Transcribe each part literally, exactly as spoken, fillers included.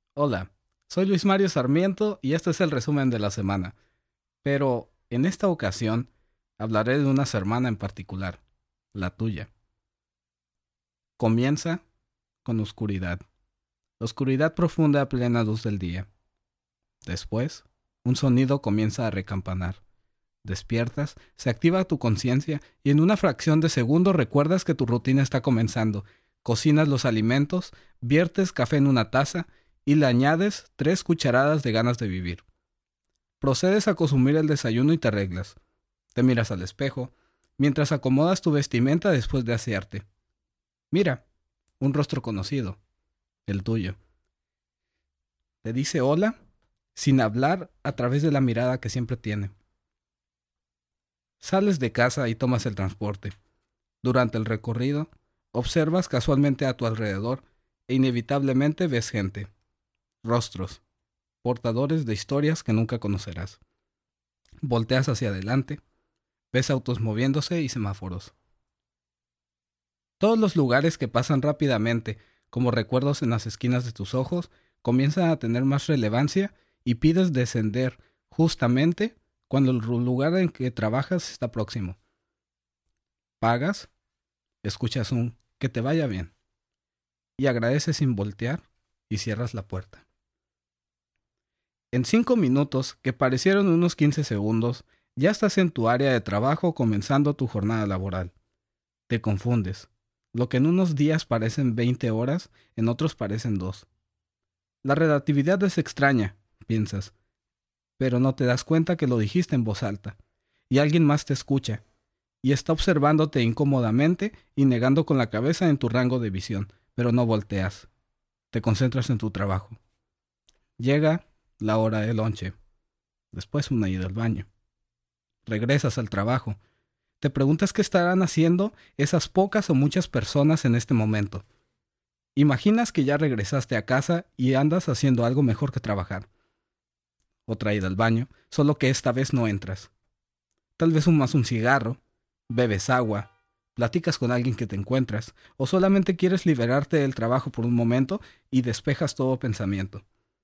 Hola, soy Luis Mario Sarmiento y este es el resumen de la semana. Pero en esta ocasión hablaré de una semana en particular, la tuya. Comienza con oscuridad. Oscuridad profunda a plena luz del día. Después, un sonido comienza a recampanar. Despiertas, se activa tu conciencia y en una fracción de segundo recuerdas que tu rutina está comenzando. Cocinas los alimentos, viertes café en una taza y le añades tres cucharadas de ganas de vivir. Procedes a consumir el desayuno y te arreglas. Te miras al espejo, mientras acomodas tu vestimenta después de asearte. Mira, un rostro conocido, el tuyo. Te dice hola, sin hablar, a través de la mirada que siempre tiene. Sales de casa y tomas el transporte. Durante el recorrido, observas casualmente a tu alrededor e inevitablemente ves gente, rostros, portadores de historias que nunca conocerás. Volteas hacia adelante, ves autos moviéndose y semáforos. Todos los lugares que pasan rápidamente, como recuerdos en las esquinas de tus ojos, comienzan a tener más relevancia y pides descender justamente cuando el lugar en que trabajas está próximo. Pagas, escuchas un que te vaya bien y agradeces sin voltear y cierras la puerta. En cinco minutos, que parecieron unos quince segundos, ya estás en tu área de trabajo comenzando tu jornada laboral. Te confundes. Lo que en unos días parecen veinte horas, en otros parecen dos. La relatividad es extraña, piensas, pero no te das cuenta que lo dijiste en voz alta, y alguien más te escucha, y está observándote incómodamente y negando con la cabeza en tu rango de visión, pero no volteas. Te concentras en tu trabajo. Llega la hora del lonche. Después una ida al baño. Regresas al trabajo. Te preguntas qué estarán haciendo esas pocas o muchas personas en este momento. Imaginas que ya regresaste a casa y andas haciendo algo mejor que trabajar. Otra ida al baño, solo que esta vez no entras. Tal vez fumas un cigarro, bebes agua, platicas con alguien que te encuentras, o solamente quieres liberarte del trabajo por un momento y despejas todo pensamiento.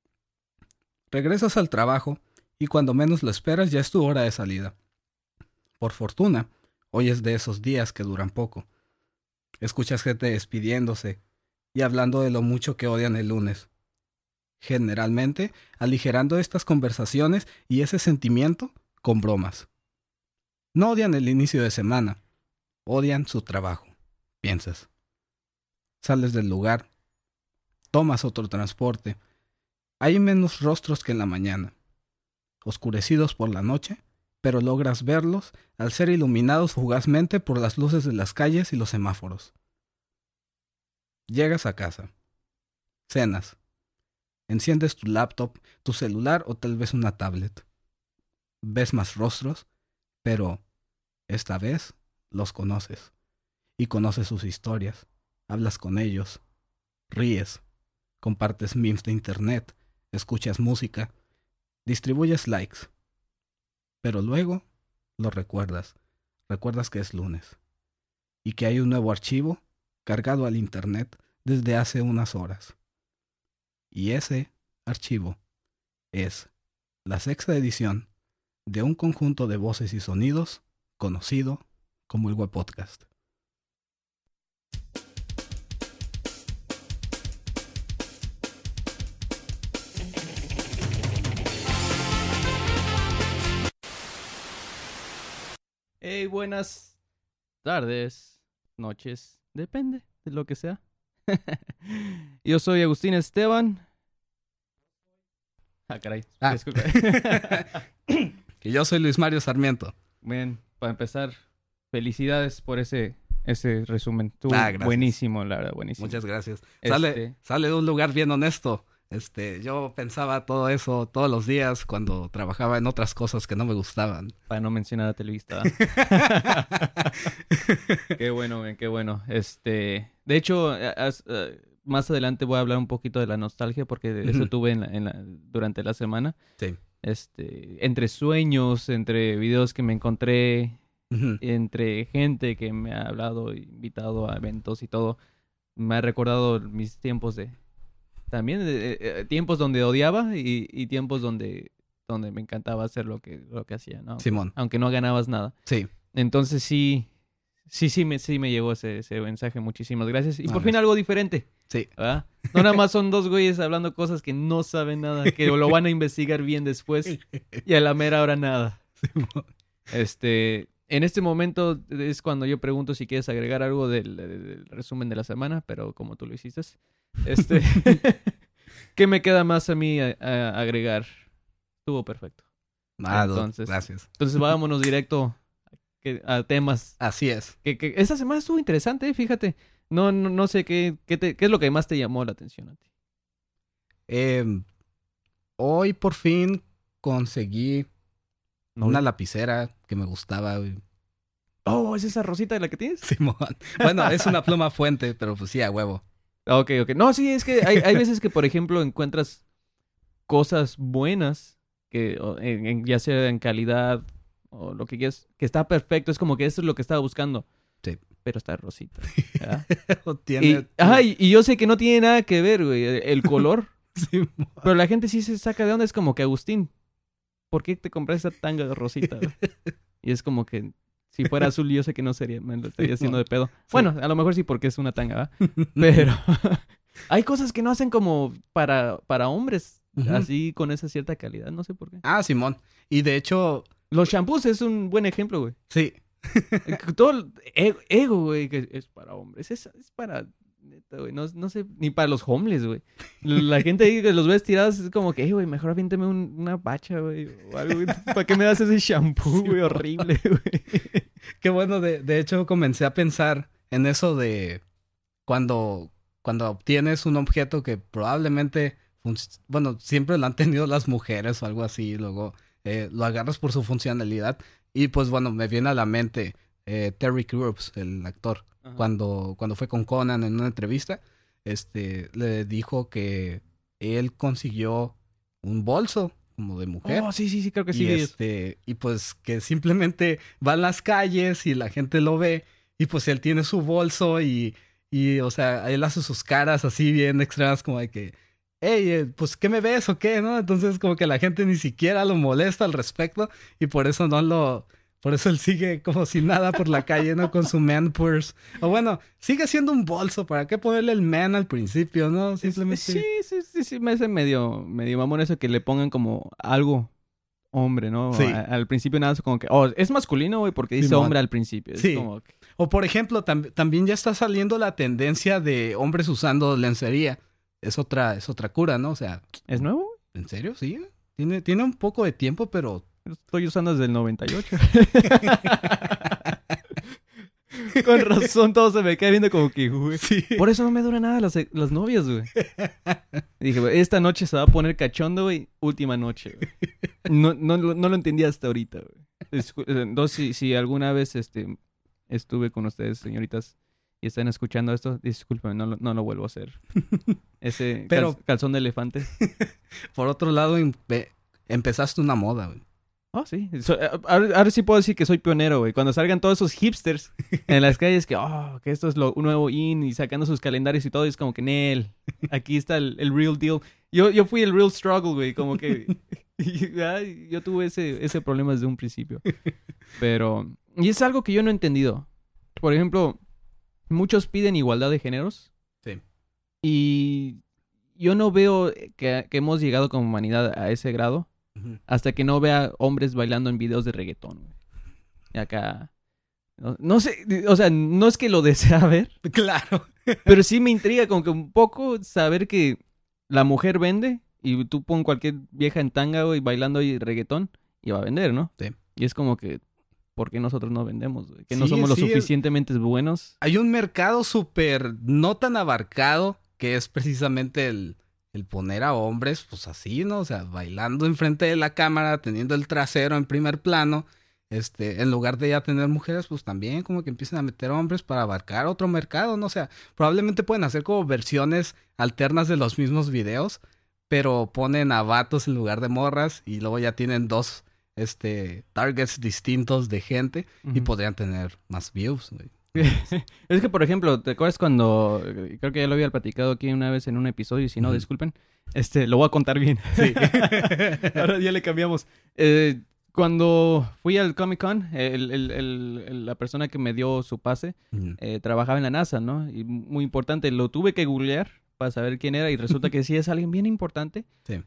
Regresas al trabajo y cuando menos lo esperas ya es tu hora de salida. Por fortuna, hoy es de esos días que duran poco. Escuchas gente despidiéndose y hablando de lo mucho que odian el lunes. Generalmente, aligerando estas conversaciones y ese sentimiento con bromas. No odian el inicio de semana, odian su trabajo, piensas. Sales del lugar, tomas otro transporte. Hay menos rostros que en la mañana, oscurecidos por la noche, pero logras verlos al ser iluminados fugazmente por las luces de las calles y los semáforos. Llegas a casa. Cenas. Enciendes tu laptop, tu celular o tal vez una tablet. Ves más rostros, pero esta vez los conoces. Y conoces sus historias. Hablas con ellos. Ríes. Compartes memes de internet. Escuchas música. Distribuyes likes. Pero luego lo recuerdas. Recuerdas que es lunes. Y que hay un nuevo archivo cargado al internet desde hace unas horas. Y ese archivo es la sexta edición de un conjunto de voces y sonidos conocido como el Web Podcast. Hey, buenas tardes, noches, depende de lo que sea. Yo soy Agustín Esteban. Ah, caray. Ah. Disculpe. Que yo soy Luis Mario Sarmiento. Bien, para empezar, felicidades por ese, ese resumen. Estuvo Ah, gracias. buenísimo, la verdad, buenísimo. Muchas gracias. Este- Sale, sale de un lugar bien honesto. Este, yo pensaba todo eso todos los días cuando trabajaba en otras cosas que no me gustaban. Para no mencionar a Televista. Qué bueno, bien, qué bueno. Este, de hecho, a- as- eh, más adelante voy a hablar un poquito de la nostalgia porque de eso Ujú. tuve en la- en la- durante la semana. Sí. Este, entre sueños, entre videos que me encontré, Ujú. entre gente que me ha hablado, invitado a eventos y todo, me ha recordado mis tiempos de, También eh, eh, tiempos donde odiaba y, y tiempos donde, donde me encantaba hacer lo que, lo que hacía, ¿no? Simón. Aunque no ganabas nada. Sí. Entonces sí, sí, sí me, sí me llegó ese, ese mensaje. Muchísimas gracias. Y por Vale. fin algo diferente. Sí. ¿Verdad? No nada más son dos güeyes hablando cosas que no saben nada, que lo van a investigar bien después y a la mera hora nada. Simón. Este, en este momento es cuando yo pregunto si quieres agregar algo del, del resumen de la semana, pero como tú lo hiciste, este, ¿qué me queda más a mí a, a agregar? Estuvo perfecto. Ah, Entonces, gracias. Entonces vámonos directo a, que- a temas. Así es. Que, que esta semana estuvo interesante, fíjate. No, no, no sé qué, qué, te- qué es lo que más te llamó la atención a ti. Eh, hoy por fin conseguí No, una lapicera que me gustaba, güey. Oh, ¿es esa rosita de la que tienes? Simón. Bueno, es una pluma fuente, pero pues sí, a huevo. Ah, Ok, ok. No, sí, es que hay, hay veces que, por ejemplo, encuentras cosas buenas, que o en- en- ya sea en calidad o lo que quieras, que está perfecto. Es como que eso es lo que estaba buscando. Sí. Pero está rosita. ¿verdad? Tiene... Y, ajá, y, y yo sé que no tiene nada que ver, güey, el color. Simón. Pero la gente sí se saca de onda. Es como que, Agustín, ¿por qué te compraste esa tanga rosita? güey? Y es como que si fuera azul yo sé que no sería, me lo estaría haciendo de pedo. Bueno, a lo mejor sí porque es una tanga, ¿verdad? Pero hay cosas que no hacen como para, para hombres, Ujú. así con esa cierta calidad, no sé por qué. Ah, Simón. Y de hecho, Los shampoos es un buen ejemplo, güey. sí. Todo el ego, ego, güey, que es para hombres, es, es para... neta, güey, no, no sé, ni para los homeless, güey. La gente ahí que los ves tirados es como que, "Ey, güey, mejor aviéntame un- una bacha, güey, o algo, güey. ¿Para qué me das ese shampoo, güey? Horrible, güey. Qué bueno, de, de hecho comencé a pensar en eso de cuando, cuando obtienes un objeto que probablemente, func- bueno, siempre lo han tenido las mujeres o algo así, luego eh, lo agarras por su funcionalidad y pues bueno, me viene a la mente eh, Terry Crews, el actor, Ajá. cuando, cuando fue con Conan en una entrevista, este, le dijo que él consiguió un bolso como de mujer. Oh, sí, sí, sí, creo que sí. Y vi eso. este, y pues que simplemente va en las calles y la gente lo ve, y pues él tiene su bolso y, y o sea, él hace sus caras así bien extremas como de que, hey, eh, pues ¿qué me ves o qué? ¿No? Entonces como que la gente ni siquiera lo molesta al respecto y por eso no lo, por eso él sigue como si nada por la calle, ¿no? Con su man purse. O bueno, sigue siendo un bolso, ¿para qué ponerle el man al principio, no? Simplemente... Sí, sí, sí, sí, me hace medio, medio mamón eso que le pongan como algo hombre, ¿no? Sí. A- al principio nada, es como que, oh, es masculino, güey, porque dice Simón. hombre al principio. Es Sí. como que, O por ejemplo, tam- también ya está saliendo la tendencia de hombres usando lencería. Es otra, es otra cura, ¿no? O sea, ¿es nuevo? ¿en serio? Sí. Tiene, tiene un poco de tiempo, pero... Lo estoy usando desde el noventa y ocho. Con razón, todo se me queda viendo como que, güey. Sí. Por eso no me dura nada las, las novias, güey. Dije, güey, esta noche se va a poner cachondo, güey. Última noche, güey. No, no, lo- no lo entendí hasta ahorita, güey. Discu- Entonces, si, si alguna vez este, estuve con ustedes, señoritas, y están escuchando esto, disculpen, no, lo- no lo vuelvo a hacer. Ese Pero- cal- calzón de elefante. Por otro lado, empe- empezaste una moda, güey. Oh, sí. So- eh, ahora, ahora sí puedo decir que soy pionero, güey. Cuando salgan todos esos hipsters en las calles que, oh, que esto es lo nuevo in y sacando sus calendarios y todo, es como que, Nel, aquí está el, el real deal. Yo, yo fui el real struggle, güey, como que y, ay, yo tuve ese, ese problema desde un principio. Pero, y es algo que yo no he entendido. Por ejemplo, muchos piden igualdad de géneros Sí. y yo no veo que, que hemos llegado como humanidad a ese grado. Ujú. Hasta que no vea hombres bailando en videos de reggaetón, güey. Y acá... No, no sé, o sea, no es que lo desea ver, Claro. pero sí me intriga como que un poco saber que la mujer vende y tú pon cualquier vieja en tanga, güey, bailando ahí reggaetón y va a vender, ¿no? Sí. Y es como que, ¿por qué nosotros no vendemos, güey? Que no Sí, somos lo sí, es- suficientemente buenos. Hay un mercado súper no tan abarcado que es precisamente el, el poner a hombres, pues así, ¿no? O sea, bailando enfrente de la cámara, teniendo el trasero en primer plano. Este, en lugar de ya tener mujeres, pues también como que empiezan a meter hombres para abarcar otro mercado, ¿no? O sea, probablemente pueden hacer como versiones alternas de los mismos videos, pero ponen a vatos en lugar de morras y luego ya tienen dos, este, targets distintos de gente y Ujú. podrían tener más views, güey. Es que, por ejemplo, ¿te acuerdas cuando... Creo que ya lo había platicado aquí una vez en un episodio, y si no, Ujú. disculpen. Este, lo voy a contar bien. Sí. Ahora ya le cambiamos. Eh, cuando fui al Comic Con, el, el- el- el- la persona que me dio su pase Ujú. eh, trabajaba en la NASA, ¿no? Y muy importante, lo tuve que googlear para saber quién era y resulta que sí es alguien bien importante, Sí.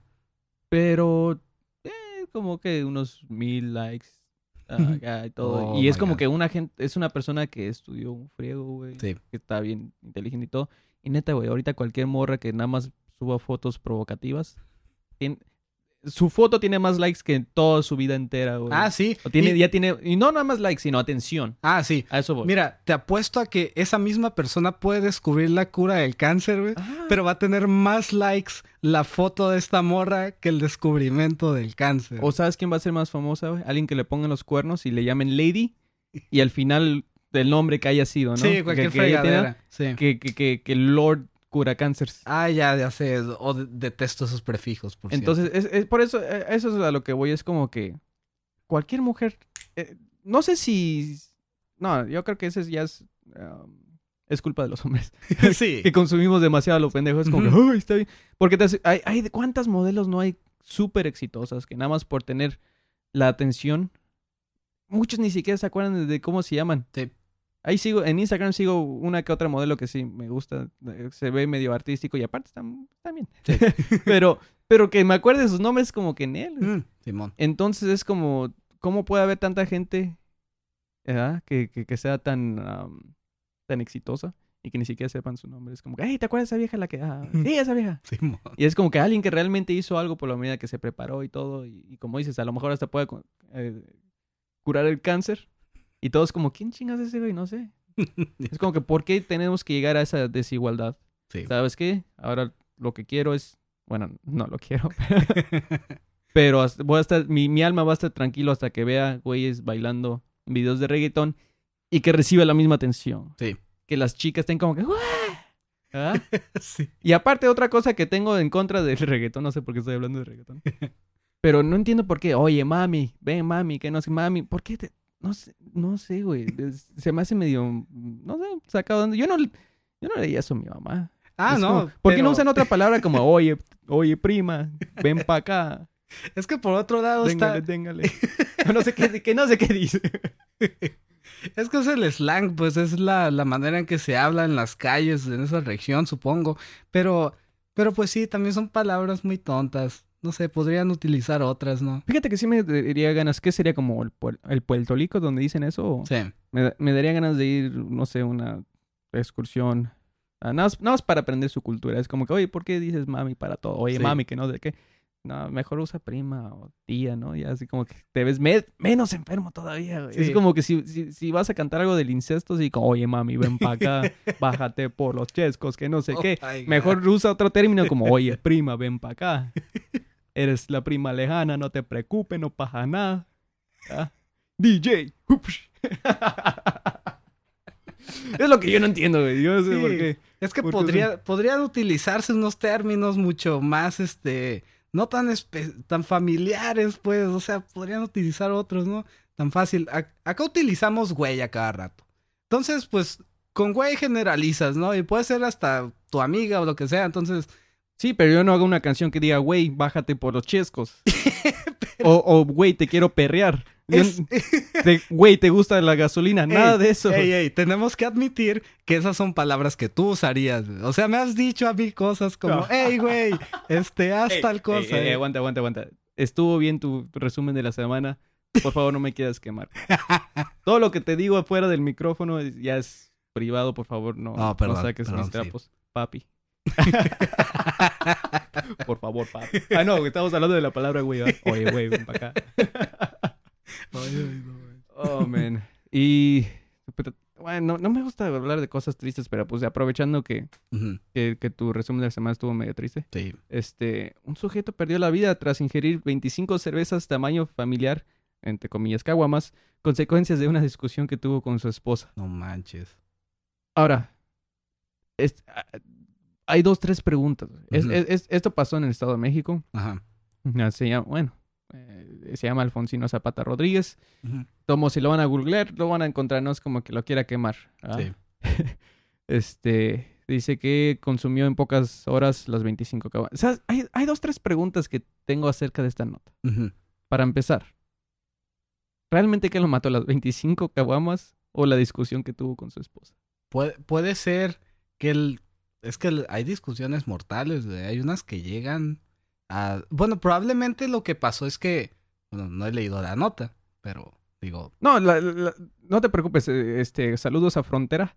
pero eh, como que unos mil likes ah, acá y todo. Oh y es my como God. que una gente, es una persona que estudió un friego, güey, Sí. que está bien inteligente y todo. Y neta, güey, ahorita cualquier morra que nada más suba fotos provocativas, tiene- su foto tiene más likes que en toda su vida entera, güey. Ah, sí. O tiene, Y- ya tiene, y no nada más likes, sino atención. Ah, sí. A eso voy. Mira, te apuesto a que esa misma persona puede descubrir la cura del cáncer, güey. Ah. Pero va a tener más likes la foto de esta morra que el descubrimiento del cáncer. ¿O sabes quién va a ser más famosa, güey? Alguien que le pongan los cuernos y le llamen Lady y al final del nombre que haya sido, ¿no? Sí, cualquier que, que ella fregadera. tenga- Sí. que, que, que, que Lord cura cáncer. Ah, ya, ya sé. O de- detesto esos prefijos, por Entonces, es, es- por eso, eh, eso es a lo que voy. Es como que cualquier mujer... eh, no sé si... No, yo creo que ese ya es... um, es culpa de los hombres. cierto. Sí. Que consumimos demasiado a lo pendejo. Es como Ujú. que, "Ay, está bien". Porque te hace- hay, hay... ¿Cuántas modelos no hay súper exitosas que nada más por tener la atención... Muchos ni siquiera se acuerdan de, de cómo se llaman. Sí. Ahí sigo, en Instagram sigo una que otra modelo que sí me gusta. eh, Se ve medio artístico y aparte está, está bien. Sí. pero, pero que me acuerde de sus nombres como que en él. Mm, Simón. Entonces es como, ¿cómo puede haber tanta gente ¿verdad? Que, que, que sea tan, am, tan exitosa y que ni siquiera sepan su nombre? Es como que, hey, ¿te acuerdas de esa vieja la que... Ah, sí, esa vieja. Simón. Y es como que alguien que realmente hizo algo por la medida que se preparó y todo. Y, y como dices, a lo mejor hasta puede cu- eh, curar el cáncer. Y todos como, ¿quién chingas es ese güey? No sé. Es como que, ¿por qué tenemos que llegar a esa desigualdad? Sí. ¿Sabes qué? Ahora lo que quiero es... Bueno, no lo quiero. Pero hasta- voy a estar... Mi, mi alma va a estar tranquilo hasta que vea güeyes bailando videos de reggaetón y que reciba la misma atención. Sí. Que las chicas estén como que... "¡Uah!". ¿Ah? Sí. Y aparte, otra cosa que tengo en contra del reggaetón, no sé por qué estoy hablando de reggaetón. Pero no entiendo por qué. Oye, mami, ven, mami, que no sé, mami. ¿Por qué? Te... No sé, no sé, güey. Es- Se me hace medio, no sé, sacado de onda. Yo no, yo no le diría eso a mi mamá. Ah, Es no. como, ¿por qué pero no usan otra palabra como, oye, oye, prima, ven para acá, Es que por otro lado téngale, está... téngale? No sé qué, que no sé qué dice. Es que es el slang, pues es la, la manera en que se habla en las calles en esa región, supongo. Pero, pero pues sí, también son palabras muy tontas. No sé, podrían utilizar otras, ¿no? Fíjate que sí me daría ganas, ¿qué sería como el, puer- el Puerto Rico donde dicen eso? O Sí. me, me daría ganas de ir, no sé, una excursión. Ah, nada, más, nada más para aprender su cultura. Es como que, oye, ¿por qué dices mami para todo? Oye, Sí. mami, que no sé qué. No, mejor usa prima o tía, ¿no? Y así como que te ves me- menos enfermo todavía, güey. Es Sí. como que si, si, si vas a cantar algo del incesto, así como, oye, mami, ven para acá, bájate por los chescos, que no sé Oh qué. my God. Mejor usa otro término como, oye, prima, ven para acá. Eres la prima lejana, no te preocupes, no pasa nada. ¿Ah? D J. Ups. Es lo que yo no entiendo, güey. Yo no sé Sí. por qué. Es que ¿Por qué podría, podrían utilizarse unos términos mucho más, este, no tan, espe- tan familiares, pues, o sea, podrían utilizar otros, ¿no? Tan fácil. A- acá utilizamos güey a cada rato. Entonces, pues, con güey generalizas, ¿no? Y puede ser hasta tu amiga o lo que sea, entonces... Sí, pero yo no hago una canción que diga, güey, bájate por los chescos. O, o, güey, te quiero perrear. Yo- Es- te- Güey, ¿te gusta la gasolina? Nada Ey, de eso. Ey, ey, tenemos que admitir que esas son palabras que tú usarías. güey. O sea, me has dicho a mí cosas como, hey, güey, este, haz Ey, tal cosa. ey, ey, eh". aguanta, aguanta, aguanta. Estuvo bien tu resumen de la semana. Por favor, no me quieras quemar. Todo lo que te digo afuera del micrófono es- ya es privado. Por favor, no, Oh, perdón, no saques perdón, mis sí. trapos. Papi. Por favor, papi. Ah, no, estamos hablando de la palabra güey. ¿verdad? Oye, güey, ven para acá. Ay, ay, no, güey. Oh, man. Y... pero, bueno, no, no me gusta hablar de cosas tristes, pero pues aprovechando que, Ujú, que, que tu resumen de la semana estuvo medio triste. sí. Este, un sujeto perdió la vida tras ingerir veinticinco cervezas tamaño familiar, entre comillas, caguamas, consecuencias de una discusión que tuvo con su esposa. No manches. Ahora, es- ah, hay dos, tres preguntas. Es- Ujú. es- es- esto pasó en el Estado de México. Ajá. Ya se llama, bueno, Eh, se llama Alfonsino Zapata Rodríguez. Ujú. Como si lo van a googlear, lo van a encontrar, no es como que lo quiera quemar. ¿Ah? Sí. Este, dice que consumió en pocas horas las veinticinco caguamas. O sea, hay, hay dos, tres preguntas que tengo acerca de esta nota. Ujú. Para empezar, ¿realmente qué lo mató? ¿Las veinticinco caguamas o la discusión que tuvo con su esposa? Puede, puede ser que el... Es que el- hay discusiones mortales, güey. Hay unas que llegan a... Bueno, probablemente lo que pasó es que... Bueno, no he leído la nota, pero digo... No, la- la- no te preocupes, eh, este, saludos a Frontera.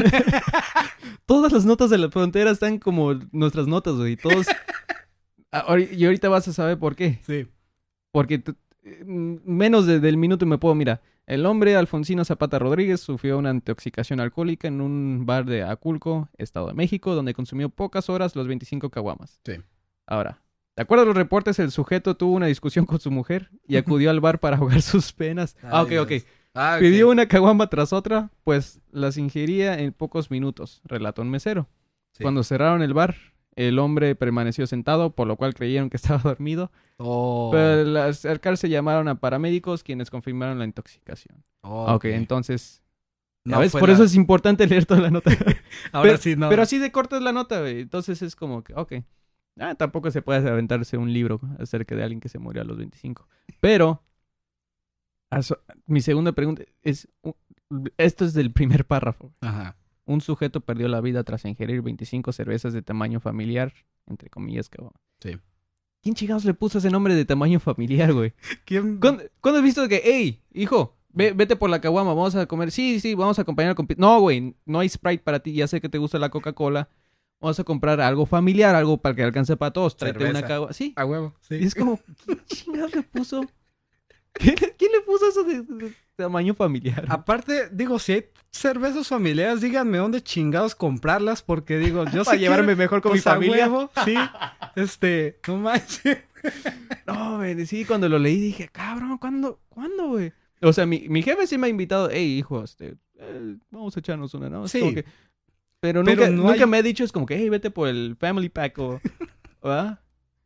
Todas las notas de la Frontera están como nuestras notas, güey. Todos... Ah, ahori- y ahorita vas a saber por qué. Sí. Porque t- eh, menos de- del minuto me puedo, mira, el hombre Alfonsino Zapata Rodríguez sufrió una intoxicación alcohólica en un bar de Aculco, Estado de México, donde consumió pocas horas los veinticinco caguamas. Sí. Ahora, de acuerdo a los reportes, el sujeto tuvo una discusión con su mujer y acudió al bar para ahogar sus penas. Ah, ok, Ay, ok. Dios. Ah, ok. Pidió una caguama tras otra, pues las ingería en pocos minutos, relató un mesero. Sí. Cuando cerraron el bar, el hombre permaneció sentado, por lo cual creyeron que estaba dormido. Oh. Pero al acercarse llamaron a paramédicos quienes confirmaron la intoxicación. Oh, Ok, entonces... No ¿ya ves? fue Por la- eso es importante leer toda la nota. Ahora pero, sí, no. pero así de corta es la nota, güey. Entonces es como que, ok. Ah, tampoco se puede aventarse un libro acerca de alguien que se murió a los veinticinco. Pero... aso- mi segunda pregunta es... u- Esto es del primer párrafo. Ajá. Un sujeto perdió la vida tras ingerir veinticinco cervezas de tamaño familiar, entre comillas, cabrón. Sí. ¿Quién chingados le puso ese nombre de tamaño familiar, güey? ¿Quién? ¿Cuándo, cuándo has visto que, hey, hijo, ve- vete por la caguama, vamos a comer? Sí, sí, vamos a acompañar con... pi-". No, güey, no hay Sprite para ti, ya sé que te gusta la Coca-Cola. Vamos a comprar algo familiar, algo para que alcance para todos. Tráete Cerveza. una caguama. Sí. A huevo. Sí. Y es como, ¿quién chingados le puso? ¿Quién, quién le puso eso de, de- de tamaño familiar? Aparte, digo, si hay cervezas familiares, díganme dónde chingados comprarlas, porque digo, yo Para sé llevarme mejor con mi pues, a familia. huevo, sí. Este, no manches. No, güey, sí, cuando lo leí dije, cabrón, ¿cuándo? ¿Cuándo, güey? O sea, mi, mi jefe sí me ha invitado, hey, hijo, este, eh, vamos a echarnos una, ¿no? Es Sí. como que- pero, Pero nunca, no nunca hay- me ha dicho, es como que, hey, vete por el family pack o... ¿verdad?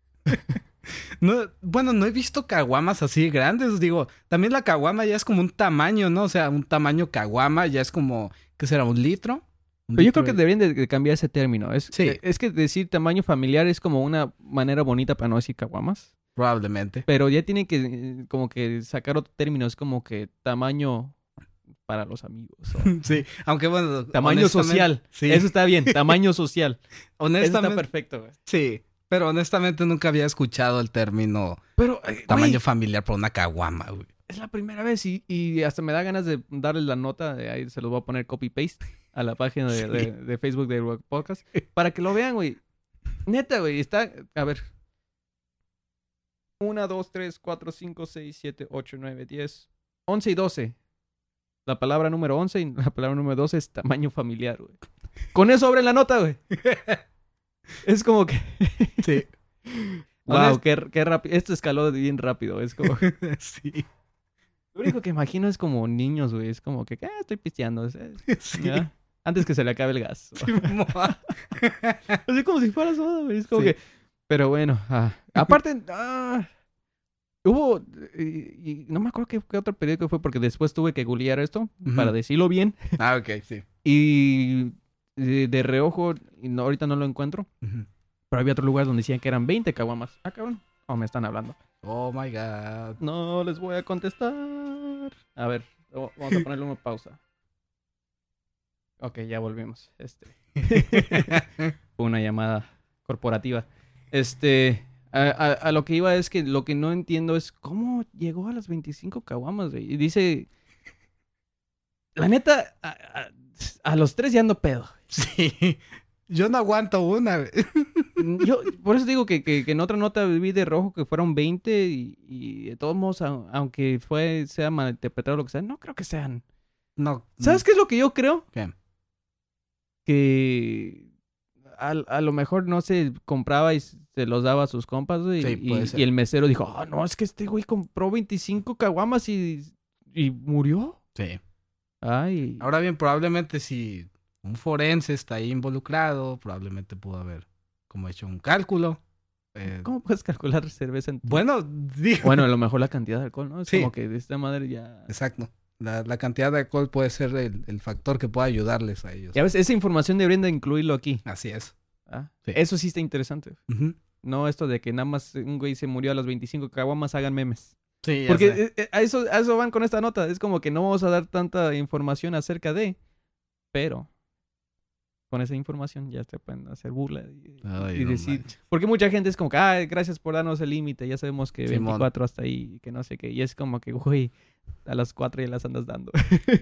No, bueno, no he visto caguamas así grandes, digo, también la caguama ya es como un tamaño, ¿no? O sea, un tamaño caguama ya es como, ¿qué será? ¿Un litro? Un Pero yo litro creo que de- deberían de, de cambiar ese término. Es, Sí. eh, es que decir tamaño familiar es como una manera bonita para no decir caguamas. Probablemente. Pero ya tienen que eh, como que sacar otro término. Es como que tamaño para los amigos. o Sí, aunque bueno. tamaño honestamente- social. Sí, Eso está bien. Tamaño social. Eso está honestamente. perfecto, güey. Sí, pero honestamente nunca había escuchado el término Pero, eh, tamaño güey, familiar por una caguama, güey. es la primera vez y, y hasta me da ganas de darles la nota. De ahí se los voy a poner copy-paste a la página de, Sí. de- de Facebook de Rock Podcast. Para que lo vean, güey. Neta, güey. Está... A ver. uno, dos, tres, cuatro, cinco, seis, siete, ocho, nueve, diez, once y doce. La palabra número once y la palabra número doce es tamaño familiar, güey. Con eso abren la nota, güey. Es como que... Sí. Wow, Honest- qué, qué rápido. Esto escaló bien rápido. Es como... Sí. Lo único que imagino es como niños, güey. Es como que, eh, estoy pisteando. es- es- Sí. ¿ya? Antes que se le acabe el gas. Sí, mo- Así como si fuera soda, güey. Es como Sí. que... Pero bueno. ah, Aparte... ah, hubo... Y, y no me acuerdo qué, qué otro periódico fue porque después tuve que googlear esto Ujú. para decirlo bien. Ah, ok, sí. Y de, de reojo, y no, ahorita no lo encuentro. Ujú. Pero había otro lugar donde decían que eran veinte caguamas. Ah, cabrón. O me están hablando. Oh my god. No les voy a contestar. A ver, o- vamos a ponerle una pausa. Ok, ya volvimos. Este. Fue una llamada corporativa. Este. A, a- a lo que iba es que lo que no entiendo es cómo llegó a las veinticinco caguamas, güey. Y dice. La neta, a, a- a los tres ya ando pedo. Sí. Yo no aguanto una, güey. Yo, por eso digo que, que, que en otra nota vi de rojo que fueron veinte y, y de todos modos, a- aunque fue, sea malinterpretado o lo que sea, no creo que sean. No. ¿Sabes qué es lo que yo creo? ¿Qué? Que a, a lo mejor no se compraba y se los daba a sus compas, güey, Sí, y, puede y ser. el mesero dijo, ah, no, es que este güey compró veinticinco caguamas y, y murió. Sí. Ay, Ahora bien, probablemente si un forense está ahí involucrado, probablemente pudo haber como hecho un cálculo. Eh, ¿Cómo puedes calcular cerveza en tu... bueno, digo... Bueno, a lo mejor la cantidad de alcohol, ¿no? Es Sí. como que de esta madre ya... Exacto. La, la cantidad de alcohol puede ser el, el factor que pueda ayudarles a ellos. Ya ves, esa información deberían de incluirlo aquí. Así es. ¿Ah? Sí. Eso sí está interesante. Uh-huh. No esto de que nada más un güey se murió a los veinticinco caguamas, hagan memes. Sí, ya Porque sé. eh, eh, a eso, a eso van con esta nota. Es como que no vamos a dar tanta información acerca de... Pero... con esa información ya te pueden hacer burla y, Ay, y no decir... manches. Porque mucha gente es como que, ah, gracias por darnos el límite, ya sabemos que Simón. veinticuatro hasta ahí, y que no sé qué. Y es como que, güey, a las cuatro ya las andas dando.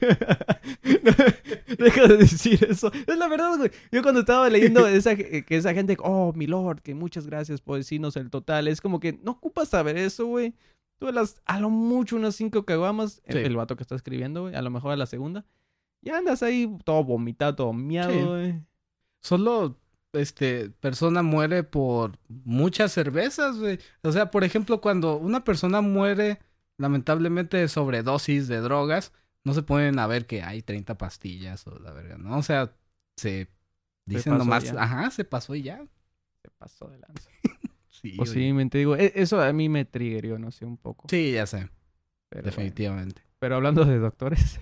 Deja de decir eso. Es la verdad, güey. Yo cuando estaba leyendo esa, que esa gente, oh, mi lord, que muchas gracias por decirnos el total. Es como que no ocupas saber eso, güey. Tú a las, a lo mucho unas cinco caguamas, Sí. el, el vato que está escribiendo, güey, a lo mejor a la segunda. Ya andas ahí todo vomitado, todo miado, Sí. güey. Solo, este, persona muere por muchas cervezas, güey. O sea, por ejemplo, cuando una persona muere, lamentablemente, de sobredosis de drogas, no se ponen a ver que hay treinta pastillas o la verga, ¿no? O sea, se dicen pasó nomás, ya. ajá, se pasó y ya. Se pasó de lanza. Sí, Pues oye. sí, me te digo, e- eso a mí me triggerió, no sé, un poco. Sí, ya sé, Pero, definitivamente. bueno. Pero hablando de doctores,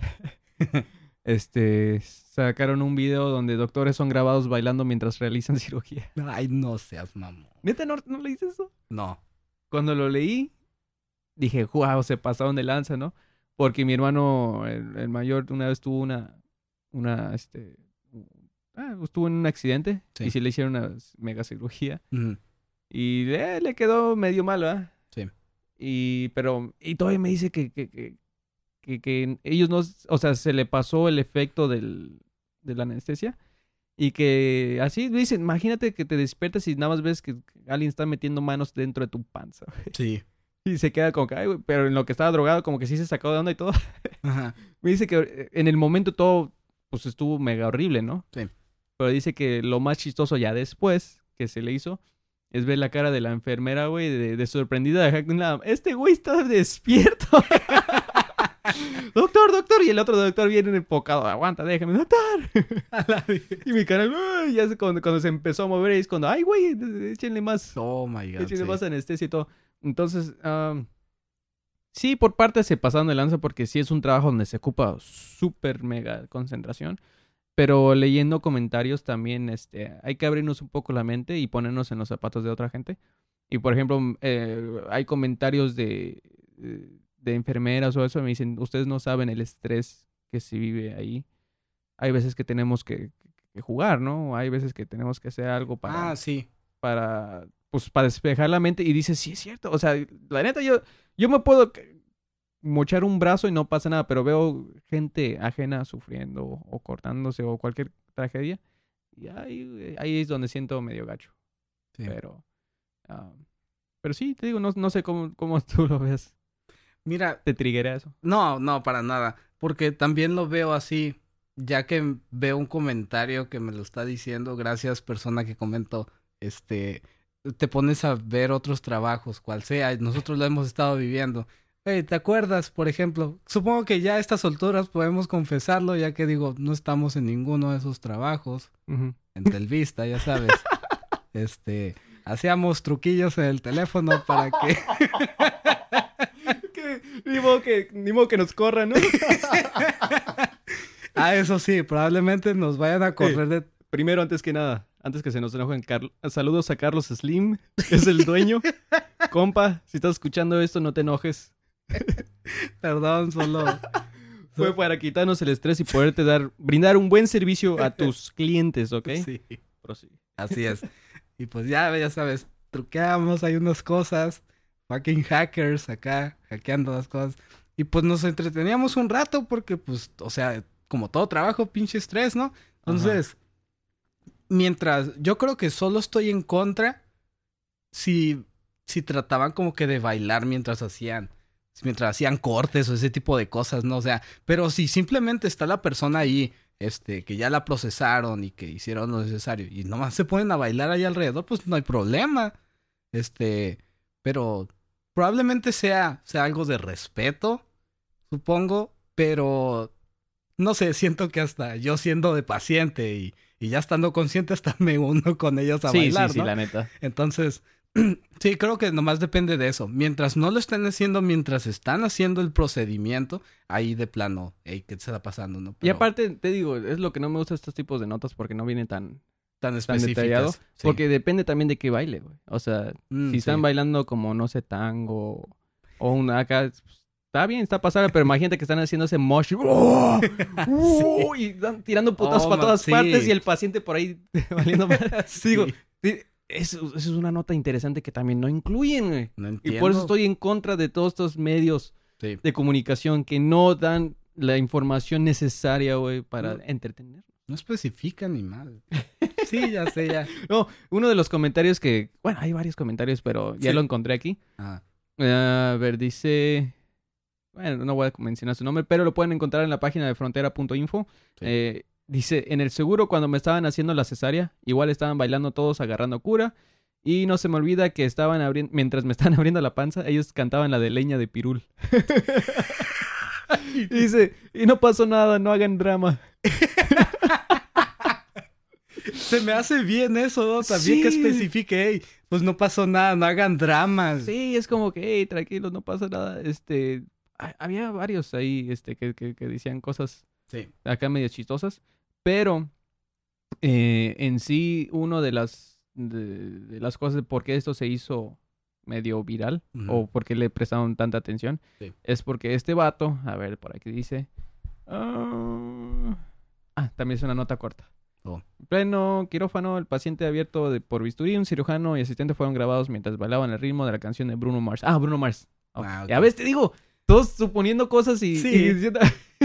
este, sacaron un video donde doctores son grabados bailando mientras realizan cirugía. Ay, no seas mamón. ¿Neta no, no leíste eso? No. Cuando lo leí, dije, wow, se pasaron de lanza, ¿no? Porque mi hermano, el, el mayor, una vez tuvo una, una, este, ah, estuvo en un accidente Sí. y sí le hicieron una mega cirugía. Ujú. Y eh, le quedó medio mal, ¿verdad? Sí. Y, pero, y todavía me dice que, que, que, que, que ellos no, o sea, se le pasó el efecto del, de la anestesia. Y que así, dicen, imagínate que te despiertas y nada más ves que alguien está metiendo manos dentro de tu panza. Güey. Sí. Y se queda como que, ay, güey, pero en lo que estaba drogado, como que sí se sacó de onda y todo. Ajá. Me dice que eh, en el momento todo, pues estuvo mega horrible, ¿no? Sí. Pero dice que lo más chistoso ya después que se le hizo es ver la cara de la enfermera, güey, de, de sorprendida. De nada, este güey está despierto. Doctor, doctor. Y el otro doctor viene enfocado. Aguanta, déjame, doctor. A la vida. Y mi cara, "Uy", ya se- cuando, cuando se empezó a mover, es cuando, ay, güey, échenle más. Oh my God. Échenle Sí. más anestesia y todo. Entonces, um, sí, por parte se pasaron de lanza porque sí es un trabajo donde se ocupa súper mega concentración. Pero leyendo comentarios también, este, hay que abrirnos un poco la mente y ponernos en los zapatos de otra gente. Y por ejemplo, eh, hay comentarios de, de enfermeras o eso, me dicen, ustedes no saben el estrés que se vive ahí. Hay veces que tenemos que, que jugar, ¿no? Hay veces que tenemos que hacer algo para, Ah, sí. para, pues, para despejar la mente. Y dices, sí, es cierto. O sea, la neta, yo, yo me puedo mochar un brazo y no pasa nada, pero veo gente ajena sufriendo o cortándose o cualquier tragedia. Y ahí, ahí es donde siento medio gacho. Sí. Pero, um, pero sí, te digo, no, no sé cómo, cómo tú lo ves. Mira, ¿Te triguea eso? no, no, para nada. Porque también lo veo así. Ya que veo un comentario que me lo está diciendo, gracias persona que comentó, este, te pones a ver otros trabajos, cual sea, nosotros lo hemos estado viviendo. Hey, ¿te acuerdas, por ejemplo? Supongo que ya a estas alturas podemos confesarlo, ya que digo, no estamos en ninguno de esos trabajos. Uh-huh. En Telvista, ya sabes. Este, hacíamos truquillos en el teléfono para que... que ni, modo que ni modo que nos corran, ¿no? Ah, eso sí, probablemente nos vayan a correr de... Primero, antes que nada, antes que se nos enojen, Carl- saludos a Carlos Slim, que es el dueño. Compa, si estás escuchando esto, no te enojes. Perdón, solo... Fue para quitarnos el estrés y poderte dar, brindar un buen servicio a tus clientes, ¿ok? Sí, Prosigue. así es. Y pues ya, ya sabes, truqueamos, hay unas cosas, fucking hackers acá, hackeando las cosas. Y pues nos entreteníamos un rato porque, pues, o sea, como todo trabajo, pinche estrés, ¿no? Entonces, mientras, yo creo que solo estoy en contra si, si trataban como que de bailar mientras hacían, mientras hacían cortes o ese tipo de cosas, ¿no? O sea, pero si simplemente está la persona ahí, este, que ya la procesaron y que hicieron lo necesario y nomás se ponen a bailar ahí alrededor, pues no hay problema. Este, pero probablemente sea, sea algo de respeto, supongo, pero no sé, siento que hasta yo siendo de paciente y, y ya estando consciente hasta me uno con ellos a Sí, bailar, sí, sí, ¿no? la neta. Entonces, Sí, creo que nomás depende de eso. Mientras no lo estén haciendo, mientras están haciendo el procedimiento, ahí de plano, hey, ¿qué te está pasando? ¿No? Pero... Y aparte, te digo, es lo que no me gusta de estos tipos de notas porque no vienen tan, tan, tan detallado. Sí. Porque depende también de qué baile, güey. O sea, mm, si están sí. bailando como, no sé, tango o una acá... Está bien, está pasable, pero imagínate que están haciendo ese mosh ¡oh! ¡oh! Y dan, tirando putazos oh, para todas sí. partes y el paciente por ahí valiendo mal. Sí. Digo, eso, eso es una nota interesante que también no incluyen, güey. No y por eso estoy en contra de todos estos medios sí. de comunicación que no dan la información necesaria, güey, para no, entretener. No especifican ni mal. Sí, ya sé, ya. No, uno de los comentarios que... Bueno, hay varios comentarios, pero ya sí. lo encontré aquí. Ah. Uh, a ver, dice... Bueno, no voy a mencionar su nombre, pero lo pueden encontrar en la página de frontera punto info. Sí. Eh, dice, en el seguro cuando me estaban haciendo la cesárea, igual estaban bailando todos agarrando cura. Y no se me olvida que estaban abriendo, mientras me estaban abriendo la panza, ellos cantaban la de leña de pirul. Y dice, y no pasó nada, no hagan drama. Se me hace bien eso, ¿no? También sí. que especifique, hey, pues no pasó nada, no hagan dramas. Sí, es como que, hey, tranquilos, no pasa nada, este... Había varios ahí este, que, que, que decían cosas sí. acá medio chistosas, pero eh, en sí uno de las, de, de las cosas de por qué esto se hizo medio viral uh-huh. o por qué le prestaron tanta atención sí. es porque este vato, a ver, por aquí dice... Uh, ah, también es una nota corta. Oh. En pleno quirófano, el paciente abierto de, por bisturí, un cirujano y asistente fueron grabados mientras bailaban el ritmo de la canción de Bruno Mars. Ah, Bruno Mars. Okay. Ah, okay. Ya ves, te digo... Todos suponiendo cosas y... Sí. y diciendo...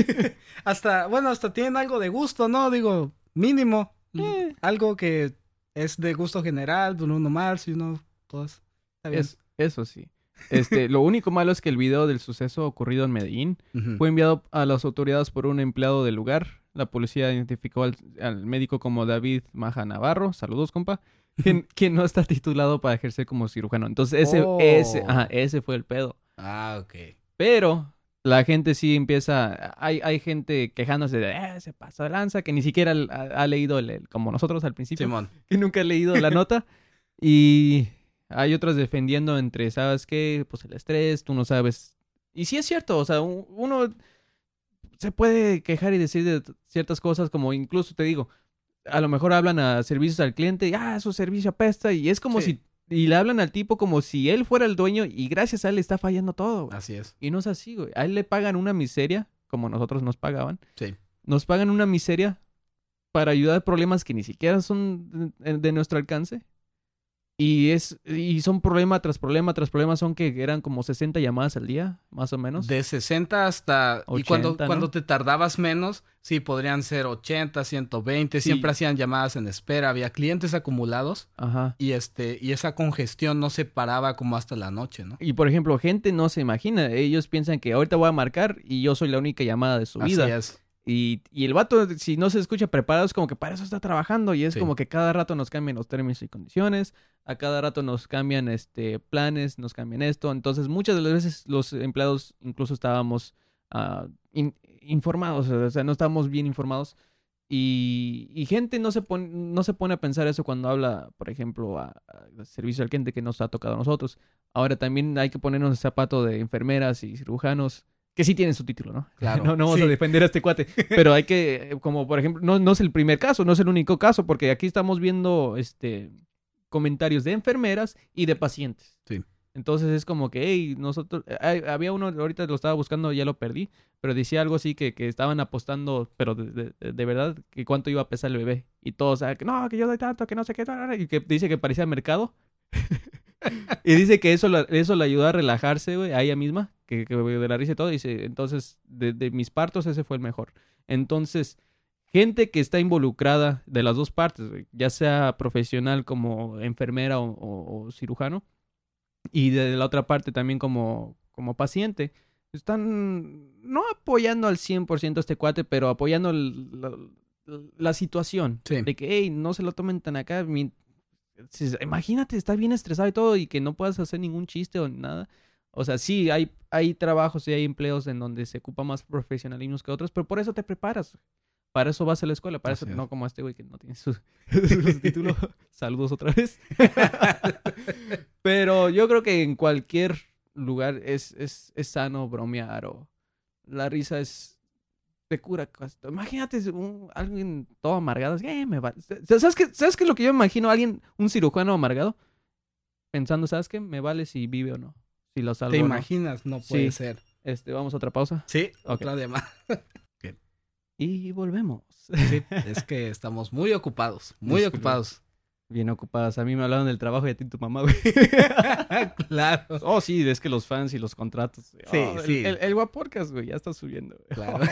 hasta, bueno, hasta tienen algo de gusto, ¿no? Digo, mínimo. Eh. Algo que es de gusto general, Bruno Mars, y uno, todos. Está bien. Es, eso sí. Este, lo único malo es que el video del suceso ocurrido en Medellín uh-huh. fue enviado a las autoridades por un empleado del lugar. La policía identificó al, al médico como David Maja Navarro. Saludos, compa. Quien, quien no está titulado para ejercer como cirujano. Entonces, ese, oh. ese, ajá, ese fue el pedo. Ah, ok. Pero la gente sí empieza... Hay, hay gente quejándose de... Eh, se pasó de lanza, que ni siquiera ha, ha leído, el, el, como nosotros al principio. Simón. Que nunca ha leído la nota. Y hay otros defendiendo entre, ¿sabes qué? Pues el estrés, tú no sabes... Y sí es cierto, o sea, uno se puede quejar y decir de ciertas cosas como incluso, te digo, a lo mejor hablan a servicios al cliente y, ah, su servicio apesta. Y es como sí. si... Y le hablan al tipo como si él fuera el dueño y gracias a él le está fallando todo, güey. Así es. Y no es así, güey. A él le pagan una miseria, como nosotros nos pagaban. Sí. Nos pagan una miseria para ayudar a problemas que ni siquiera son de, de nuestro alcance. Y es y son problema tras problema tras problema. Son que eran como sesenta llamadas al día, más o menos. De sesenta hasta... ochenta, y cuando, ¿no? cuando te tardabas menos, sí, podrían ser ochenta, ciento veinte. Sí. Siempre hacían llamadas en espera. Había clientes acumulados. Ajá. Y este y esa congestión no se paraba como hasta la noche, ¿no? Y, por ejemplo, gente no se imagina. Ellos piensan que ahorita voy a marcar y yo soy la única llamada de su vida. Así es. Y, y el vato, si no se escucha preparado, es como que para eso está trabajando. Y es Sí. como que cada rato nos cambian los términos y condiciones. A cada rato nos cambian este planes, nos cambian esto. Entonces, muchas de las veces los empleados incluso estábamos uh, in, informados. O sea, no estábamos bien informados. Y, y gente no se, pone, no se pone a pensar eso cuando habla, por ejemplo, a, a servicio al cliente que nos ha tocado a nosotros. Ahora también hay que ponernos el zapato de enfermeras y cirujanos. Que sí tienen su título, ¿no? Claro. No, no vamos sí. a defender a este cuate. Pero hay que, como por ejemplo, no, no es el primer caso, no es el único caso, porque aquí estamos viendo este comentarios de enfermeras y de pacientes. Sí. Entonces es como que, hey, nosotros... Hay, había uno, ahorita lo estaba buscando, ya lo perdí, pero decía algo así que, que estaban apostando, pero de, de, de verdad, que cuánto iba a pesar el bebé. Y todos, ah, que no, que yo doy tanto, que no sé qué, y que dice que parecía mercado. Y dice que eso, la, eso le ayudó a relajarse, güey, a ella misma, que, que de la risa y todo. Dice, entonces, de, de mis partos, ese fue el mejor. Entonces, gente que está involucrada de las dos partes, güey, ya sea profesional como enfermera o, o, o cirujano, y de la otra parte también como, como paciente, están no apoyando al cien por ciento a este cuate, pero apoyando el, la, la situación. Sí. De que, hey, no se lo tomen tan acá. Mi, imagínate, estar bien estresado y todo y que no puedas hacer ningún chiste o nada. O sea, sí, hay, hay trabajos y hay empleos en donde se ocupa más profesionalismo que otros, pero por eso te preparas. Para eso vas a la escuela, para Así eso es. no como este güey que no tiene su, su título. Saludos otra vez. Pero yo creo que en cualquier lugar es, es, es sano bromear o la risa es te cura. Imagínate un, alguien todo amargado. Eh, me va... ¿Sabes qué? ¿Sabes qué es lo que yo me imagino? Alguien, un cirujano amargado, pensando, ¿sabes qué? Me vale si vive o no. Si lo salvo ¿Te o no. imaginas? No puede Sí. ser. Este, vamos a otra pausa. Sí, Ok. otra de más. Y volvemos. Sí, es que estamos muy ocupados, muy Disculpa. ocupados. Bien ocupadas. A mí me hablaron del trabajo y a ti tu mamá, güey. Claro, Oh, sí, es que los fans y los contratos. Sí, Oh, el- sí. El, el, Guaporcas, güey, ya está subiendo. Güey. claro.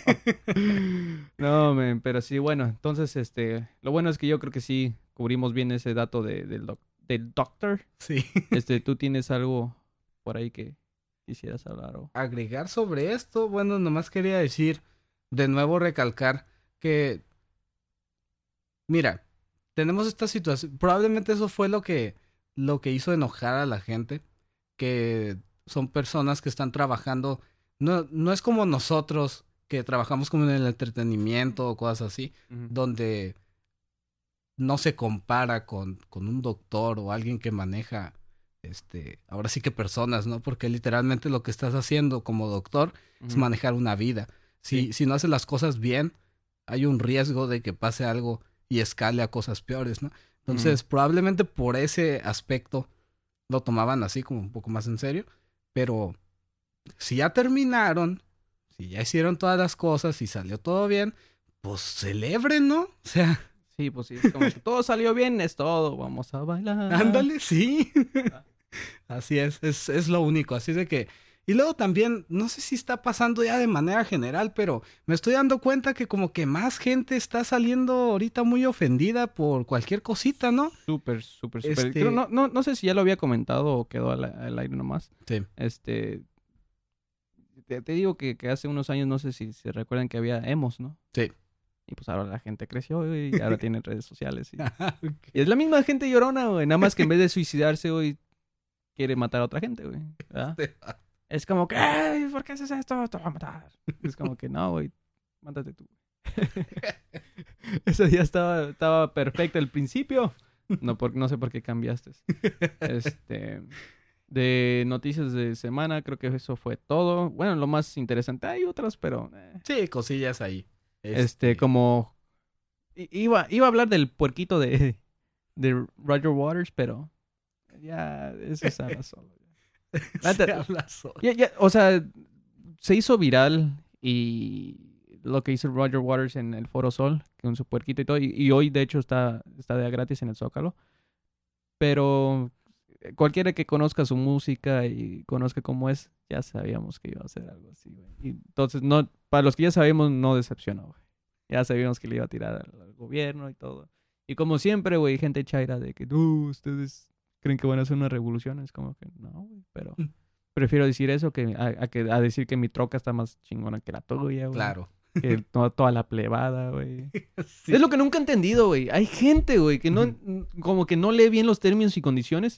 No, men, pero sí, bueno, entonces, este, lo bueno es que yo creo que sí cubrimos bien ese dato de, del, doc- del doctor. Sí. Este, ¿tú tienes algo por ahí que quisieras hablar? O... Agregar sobre esto, bueno, nomás quería decir, de nuevo recalcar que, mira, tenemos esta situación, probablemente eso fue lo que, lo que hizo enojar a la gente, que son personas que están trabajando, no, no es como nosotros que trabajamos como en el entretenimiento o cosas así, Ujú. donde no se compara con, con un doctor o alguien que maneja, este, ahora sí que personas, ¿no? Porque literalmente lo que estás haciendo como doctor es Ujú. manejar una vida. Si, Sí. si no haces las cosas bien, hay un riesgo de que pase algo y escale a cosas peores, ¿no? Entonces, probablemente por ese aspecto lo tomaban así como un poco más en serio, pero si ya terminaron, si ya hicieron todas las cosas y salió todo bien, pues celebren, ¿no? O sea, Sí, pues sí, es como que todo salió bien, es todo, vamos a bailar. ándale, sí. Así es, es, es lo único, así de que... Y luego también, no sé si está pasando ya de manera general, pero me estoy dando cuenta que como que más gente está saliendo ahorita muy ofendida por cualquier cosita, ¿no? Súper, súper, súper. Este- Creo- no, no, no sé si ya lo había comentado o quedó al, al aire nomás. Sí. Este, te, te digo que, que hace unos años, no sé si se recuerdan que había emos, ¿no? Sí. Y pues ahora la gente creció, güey, y ahora tienen redes sociales. Y, y es la misma gente llorona, güey. Nada más que en vez de suicidarse, güey, quiere matar a otra gente, güey. ¿verdad? Es como que, "Ey, ¿por qué haces esto? Te voy a matar." Es como que, no, güey, mátate tú. Ese día estaba, estaba perfecto al principio. No, por, no sé por qué cambiaste. Este, de noticias de semana, creo que eso fue todo. Bueno, lo más interesante, hay otras, pero... eh. Sí, cosillas ahí. Este, como... i- Iba, iba a hablar del puerquito de, de Roger Waters, pero... Ya, eso se habla solo. Se neta- habla solo. Ya, ya, o sea, se hizo viral y lo que hizo Roger Waters en el Foro Sol, con su puerquito y todo, y, y hoy de hecho está, está de gratis en el Zócalo. Pero cualquiera que conozca su música y conozca cómo es, ya sabíamos que iba a hacer algo así, güey. Y entonces, no, para los que ya sabemos, no decepcionó, güey. Ya sabíamos que le iba a tirar al, al gobierno y todo. Y como siempre, güey, gente chaira de que, no, ustedes creen que van a hacer una revolución. Es como que, no, güey, pero... Prefiero decir eso que a, a que a decir que mi troca está más chingona que la tuya, güey. Claro. Que toda, toda la plebada, güey. Sí. Es lo que nunca he entendido, güey. Hay gente, güey, que no, Ujú. como que no lee bien los términos y condiciones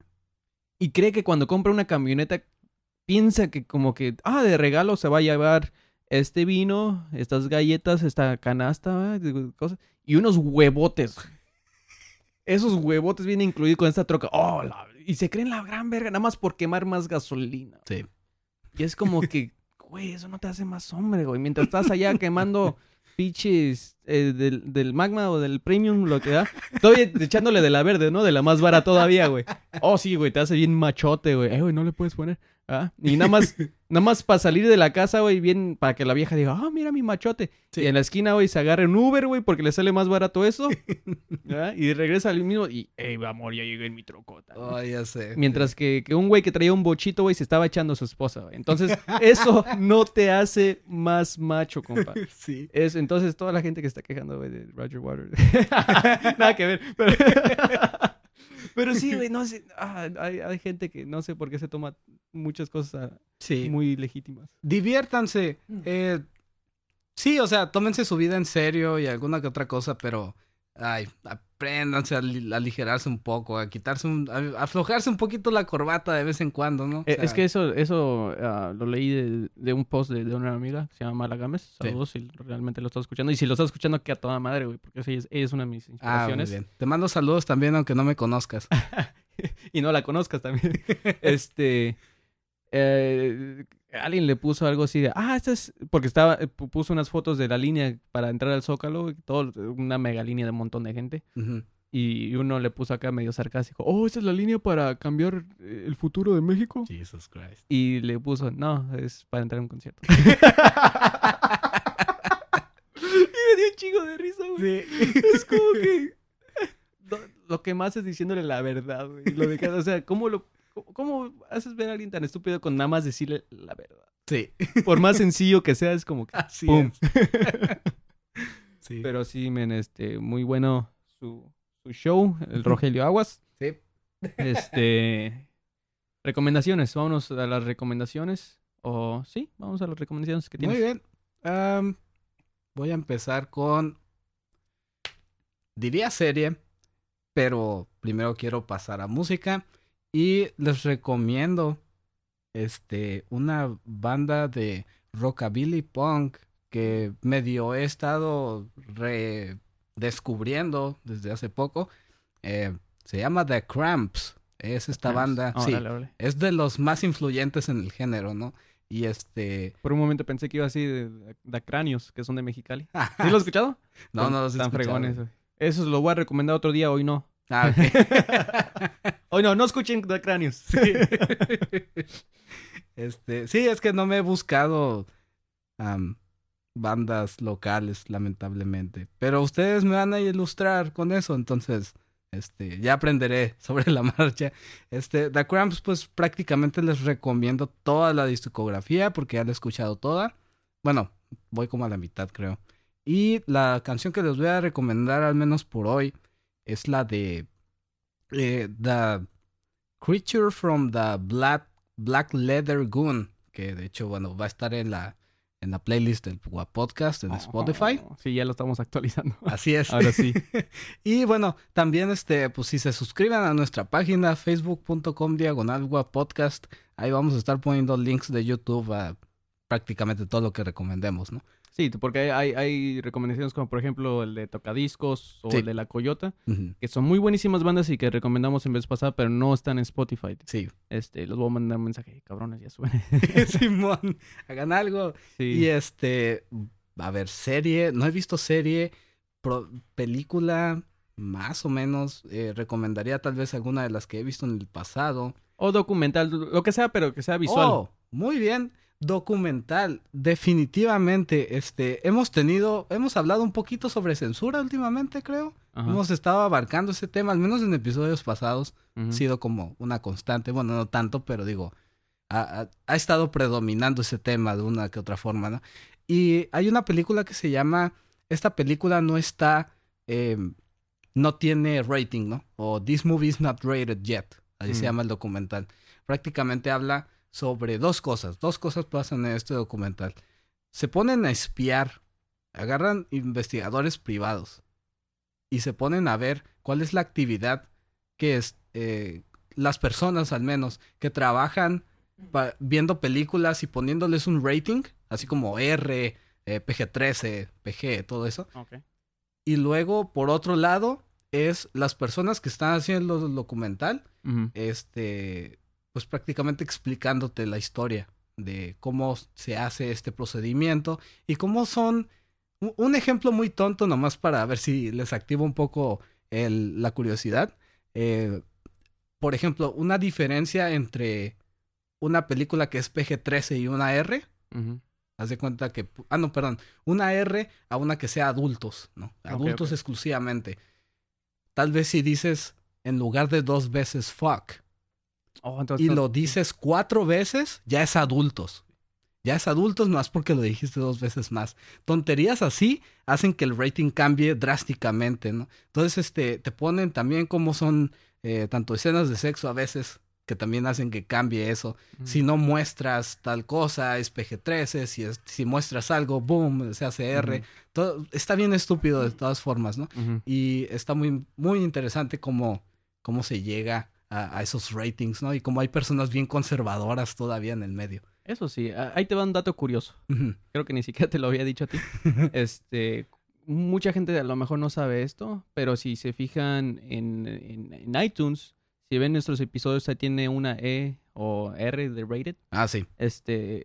y cree que cuando compra una camioneta piensa que como que, ah, de regalo se va a llevar este vino, estas galletas, esta canasta, ¿verdad? Cosas, y unos huevotes. Esos huevotes vienen incluidos con esta troca. Oh, la- y se creen la gran verga, nada más por quemar más gasolina. Sí. Y es como que, güey, eso no te hace más hombre, güey. Mientras estás allá quemando pinches eh, del, del Magma o del Premium, lo que da. Todavía echándole de la verde, ¿no? De la más vara todavía, güey. Oh, sí, güey, te hace bien machote, güey. Eh, güey, no le puedes poner. ¿Ah? Y nada más, nada más para salir de la casa, güey, bien, para que la vieja diga, ah, mira mi machote. Sí. Y en la esquina, güey, se agarra un Uber, güey, porque le sale más barato eso. ¿Ah? Y regresa al mismo y, ey, amor, ya llegué en mi trocota. Oh, ya sé. Mientras que, que un güey que traía un bochito, güey, se estaba echando a su esposa, güey. Entonces, eso no te hace más macho, compa. Sí. Es, entonces, toda la gente que está quejando, güey, de Roger Waters. Nada que ver. Pero, pero sí, güey, no sé. Ah, hay, hay gente que no sé por qué se toma muchas cosas Sí. muy legítimas. Diviértanse. Eh, sí, o sea, tómense su vida en serio y alguna que otra cosa, pero ay, a- apréndanse a, li- a aligerarse un poco, a quitarse un, a, a aflojarse un poquito la corbata de vez en cuando, ¿no? O Eh, sea, Es que eso, eso ah, lo leí de, de un post de, de una amiga que se llama Mala Gámez. Sí. Saludos si realmente lo estás escuchando. Y si lo estás escuchando, que a toda madre, güey, porque ella es, ella es una de mis Ah, muy inspiraciones. bien. Te mando saludos también, aunque no me conozcas. Y no la conozcas también. este. eh, alguien le puso algo así de. Ah, esta es. Porque estaba. eh, pu- Puso unas fotos de la línea para entrar al Zócalo. Y todo, una mega línea de un montón de gente. Ujú. Y uno le puso acá medio sarcástico. Oh, esta es la línea para cambiar eh, el futuro de México. Jesus Christ. Y le puso, no, es para entrar a un concierto. Y me dio un chingo de risa, güey. Sí. Es como que... Lo, lo que más es diciéndole la verdad, güey. Lo de que- o sea, ¿cómo, lo, cómo, cómo haces ver a alguien tan estúpido con nada más decirle la verdad? Sí. Por más sencillo que sea, es como que... Así ¡Pum! es. Sí. Pero sí, men, este, muy bueno su, su show, el Rogelio Aguas. Sí. Este... Recomendaciones, vámonos a las recomendaciones. O sí, vamos a las recomendaciones que tienes. Muy bien. Am, voy a empezar con... Diría serie, pero primero quiero pasar a música. Y les recomiendo este, una banda de rockabilly punk que medio he estado redescubriendo desde hace poco. Eh, se llama The Cramps. Es esta banda, Oh, sí, dale, dale. es de los más influyentes en el género, ¿no? Y este... Por un momento pensé que iba así de, de, de Cráneos, que son de Mexicali. ¿Sí lo has escuchado? No, no los he Tan escuchado. fregones, güey. Eso lo voy a recomendar otro día, hoy no. Ah, ok. Hoy no, no escuchen The Cráneos. Sí. Este, sí, es que no me he buscado am, bandas locales, lamentablemente. Pero ustedes me van a ilustrar con eso, entonces, este, ya aprenderé sobre la marcha. Este, The Cramps, pues prácticamente les recomiendo toda la discografía porque ya la he escuchado toda. Bueno, voy como a la mitad, creo. Y la canción que les voy a recomendar, al menos por hoy, es la de eh, The Creature from the Black, Black Leather Goon, que de hecho, bueno, va a estar en la, en la playlist del Podcast en Spotify. Oh, sí, ya lo estamos actualizando. Así es. Ahora sí. Y bueno, también este, pues si se suscriben a nuestra página facebook punto com diagonal podcast, ahí vamos a estar poniendo links de YouTube a prácticamente todo lo que recomendemos, ¿no? Sí, porque hay, hay, hay recomendaciones como por ejemplo el de Tocadiscos o Sí. el de La Coyota, Ujú. que son muy buenísimas bandas y que recomendamos en vez pasada, pero no están en Spotify. Sí. Este, los voy a mandar un mensaje, "Hey, cabrones, ya suben." Simón, hagan algo. Sí. Y este, a ver, serie, no he visto serie, pro- película, más o menos, eh, recomendaría tal vez alguna de las que he visto en el pasado. O documental, lo que sea, pero que sea visual. Oh, muy bien, documental, definitivamente, este, hemos tenido, hemos hablado un poquito sobre censura últimamente, creo. Ajá. Hemos estado abarcando ese tema, al menos en episodios pasados, Ujú. ha sido como una constante, bueno, no tanto, pero digo, ha, ha- ha estado predominando ese tema de una que otra forma, ¿no? Y hay una película que se llama, esta película no está, eh, no tiene rating, ¿no? O This Movie is Not Rated Yet, así se Mm. llama el documental. Prácticamente habla sobre dos cosas, dos cosas pasan en este documental. Se ponen a espiar, agarran investigadores privados y se ponen a ver cuál es la actividad que es, eh, las personas al menos que trabajan pa- viendo películas y poniéndoles un rating, así como R, eh, P G trece, P G, todo eso. Ok. Y luego, por otro lado, es las personas que están haciendo el documental, Ujú. este, pues prácticamente explicándote la historia de cómo se hace este procedimiento y cómo son un- un ejemplo muy tonto nomás para ver si les activa un poco el- la curiosidad. Eh, por ejemplo, una diferencia entre una película que es P G trece y una R. Ujú. Haz de cuenta que... Ah, no, perdón. Una R a una que sea adultos, ¿no? Adultos ok. exclusivamente. Tal vez si dices en lugar de dos veces fuck Oh, entonces y no- lo dices cuatro veces, ya es adultos. Ya es adultos más porque lo dijiste dos veces más. Tonterías así hacen que el rating cambie drásticamente, ¿no? Entonces, este, te ponen también cómo son eh, tanto escenas de sexo a veces que también hacen que cambie eso. Ujú. Si no muestras tal cosa, es P G trece, si, es, si muestras algo, boom, se hace R. Ujú. Todo, está bien estúpido de todas formas, ¿no? Ujú. Y está muy, muy interesante cómo, cómo se llega a, a esos ratings, ¿no? Y cómo hay personas bien conservadoras todavía en el medio. Eso sí, a- ahí te va un dato curioso. Ujú. Creo que ni siquiera te lo había dicho a ti. Este, mucha gente a lo mejor no sabe esto, pero si se fijan en, en, en iTunes, si ven nuestros episodios, ahí tiene una E o R de rated. Ah, sí, Este,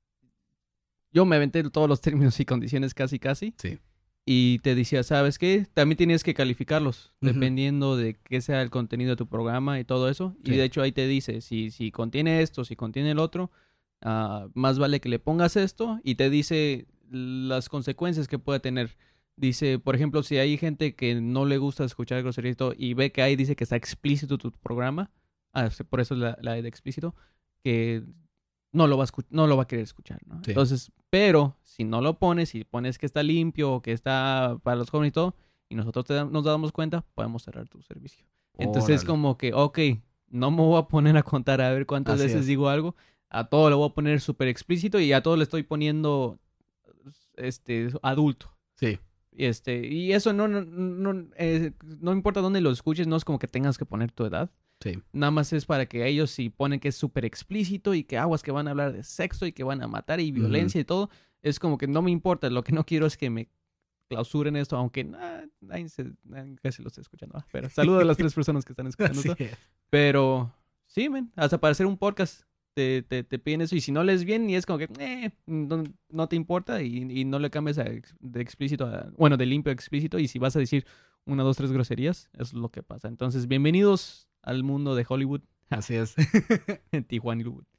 yo me aventé todos los términos y condiciones casi casi. sí. Y te decía, ¿sabes qué? También tienes que calificarlos, Ujú. dependiendo de qué sea el contenido de tu programa y todo eso. Sí. Y de hecho ahí te dice, si, si contiene esto, si contiene el otro, ah, más vale que le pongas esto. Y te dice las consecuencias que puede tener. Dice, por ejemplo, si hay gente que no le gusta escuchar groserías y todo, y ve que ahí dice que está explícito tu programa, ah, por eso es la, la de explícito, que no lo va a escu- no lo va a querer escuchar, ¿no? Sí. Entonces, pero si no lo pones, si pones que está limpio o que está para los jóvenes y todo, y nosotros te da- nos damos cuenta, podemos cerrar tu servicio. Entonces es Órale. como que, ok, no me voy a poner a contar a ver cuántas Así veces es. digo algo, a todo lo voy a poner súper explícito y a todo le estoy poniendo este adulto. Sí, Este, y eso no, no, no, eh, no importa dónde lo escuches, no es como que tengas que poner tu edad. sí. Nada más es para que ellos si ponen que es súper explícito y que aguas que van a hablar de sexo y que van a matar y violencia y todo, es como que no me importa. Lo que no quiero es que me clausuren esto, aunque nah, nadie, se, nadie casi lo esté escuchando. ¿Va? Pero saludo a las tres personas que están escuchando Así esto. es. Pero sí, men, hasta para hacer un podcast te, te, te piden eso. Y si no lees bien, y es como que eh, no, no te importa y, y no le cambies a ex- de explícito a, bueno, de limpio a explícito. Y si vas a decir una, dos, tres groserías, eso es lo que pasa. Entonces, bienvenidos al mundo de Hollywood, Así es. en Tijuana.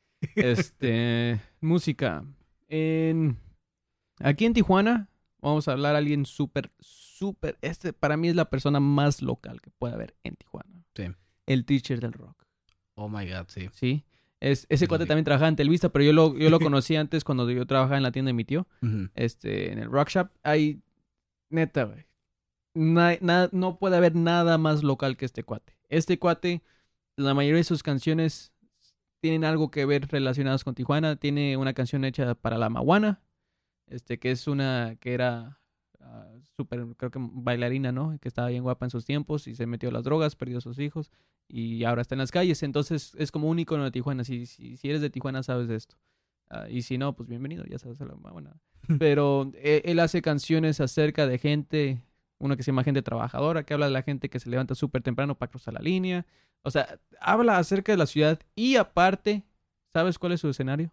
Este, música. En, aquí en Tijuana vamos a hablar a alguien súper, súper, este para mí es la persona más local que puede haber en Tijuana. Sí. El teacher del rock. Oh my God, sí. Sí. Es, ese Sí, lo cuate vi. también trabajaba en Televisa, pero yo lo, yo lo conocí antes cuando yo trabajaba en la tienda de mi tío, Ujú. este, en el Rock Shop. Ahí, neta, güey. Na- na- no puede haber nada más local que este cuate. Este cuate, la mayoría de sus canciones tienen algo que ver relacionadas con Tijuana. Tiene una canción hecha para la Maguana, este, que es una que era ah, súper, creo que bailarina, ¿no? Que estaba bien guapa en sus tiempos y se metió a las drogas, perdió a sus hijos y ahora está en las calles. Entonces es como un icono de Tijuana. Si, si, si eres de Tijuana sabes de esto. Ah, y si no, pues bienvenido, ya sabes a la Maguana. Pero eh, él hace canciones acerca de gente, una que se llama Gente Trabajadora, que habla de la gente que se levanta súper temprano para cruzar la línea. O sea, habla acerca de la ciudad y aparte, ¿sabes cuál es su escenario?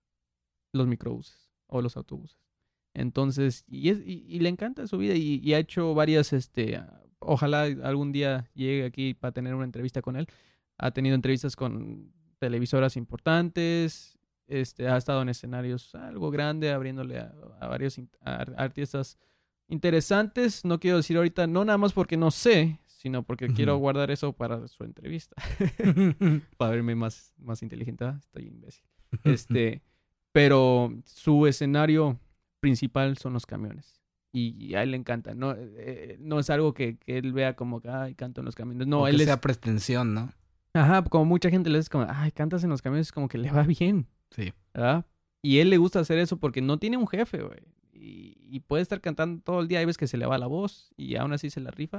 Los microbuses o los autobuses. Entonces, y, es, y, y le encanta su vida y, y ha hecho varias, este, ah, ojalá algún día llegue aquí para tener una entrevista con él. Ha tenido entrevistas con televisoras importantes, este, ha estado en escenarios algo grande, abriéndole a, a varios in- a ar- artistas interesantes. No quiero decir ahorita, no nada más porque no sé, sino porque Ujú. quiero guardar eso para su entrevista. Para verme más, más inteligente. Ah, estoy imbécil. Este, pero su escenario principal son los camiones. Y, y a él le encanta. No, eh, no es algo que, que él vea como que, ay, canto en los camiones. No, O él que es... sea pretensión, ¿no? Ajá, como mucha gente le dice como, ay, cantas en los camiones, como que le va bien, Sí. ¿verdad? Y él le gusta hacer eso porque no tiene un jefe, güey. Y, y puede estar cantando todo el día. Hay veces que se le va la voz y aún así se la rifa.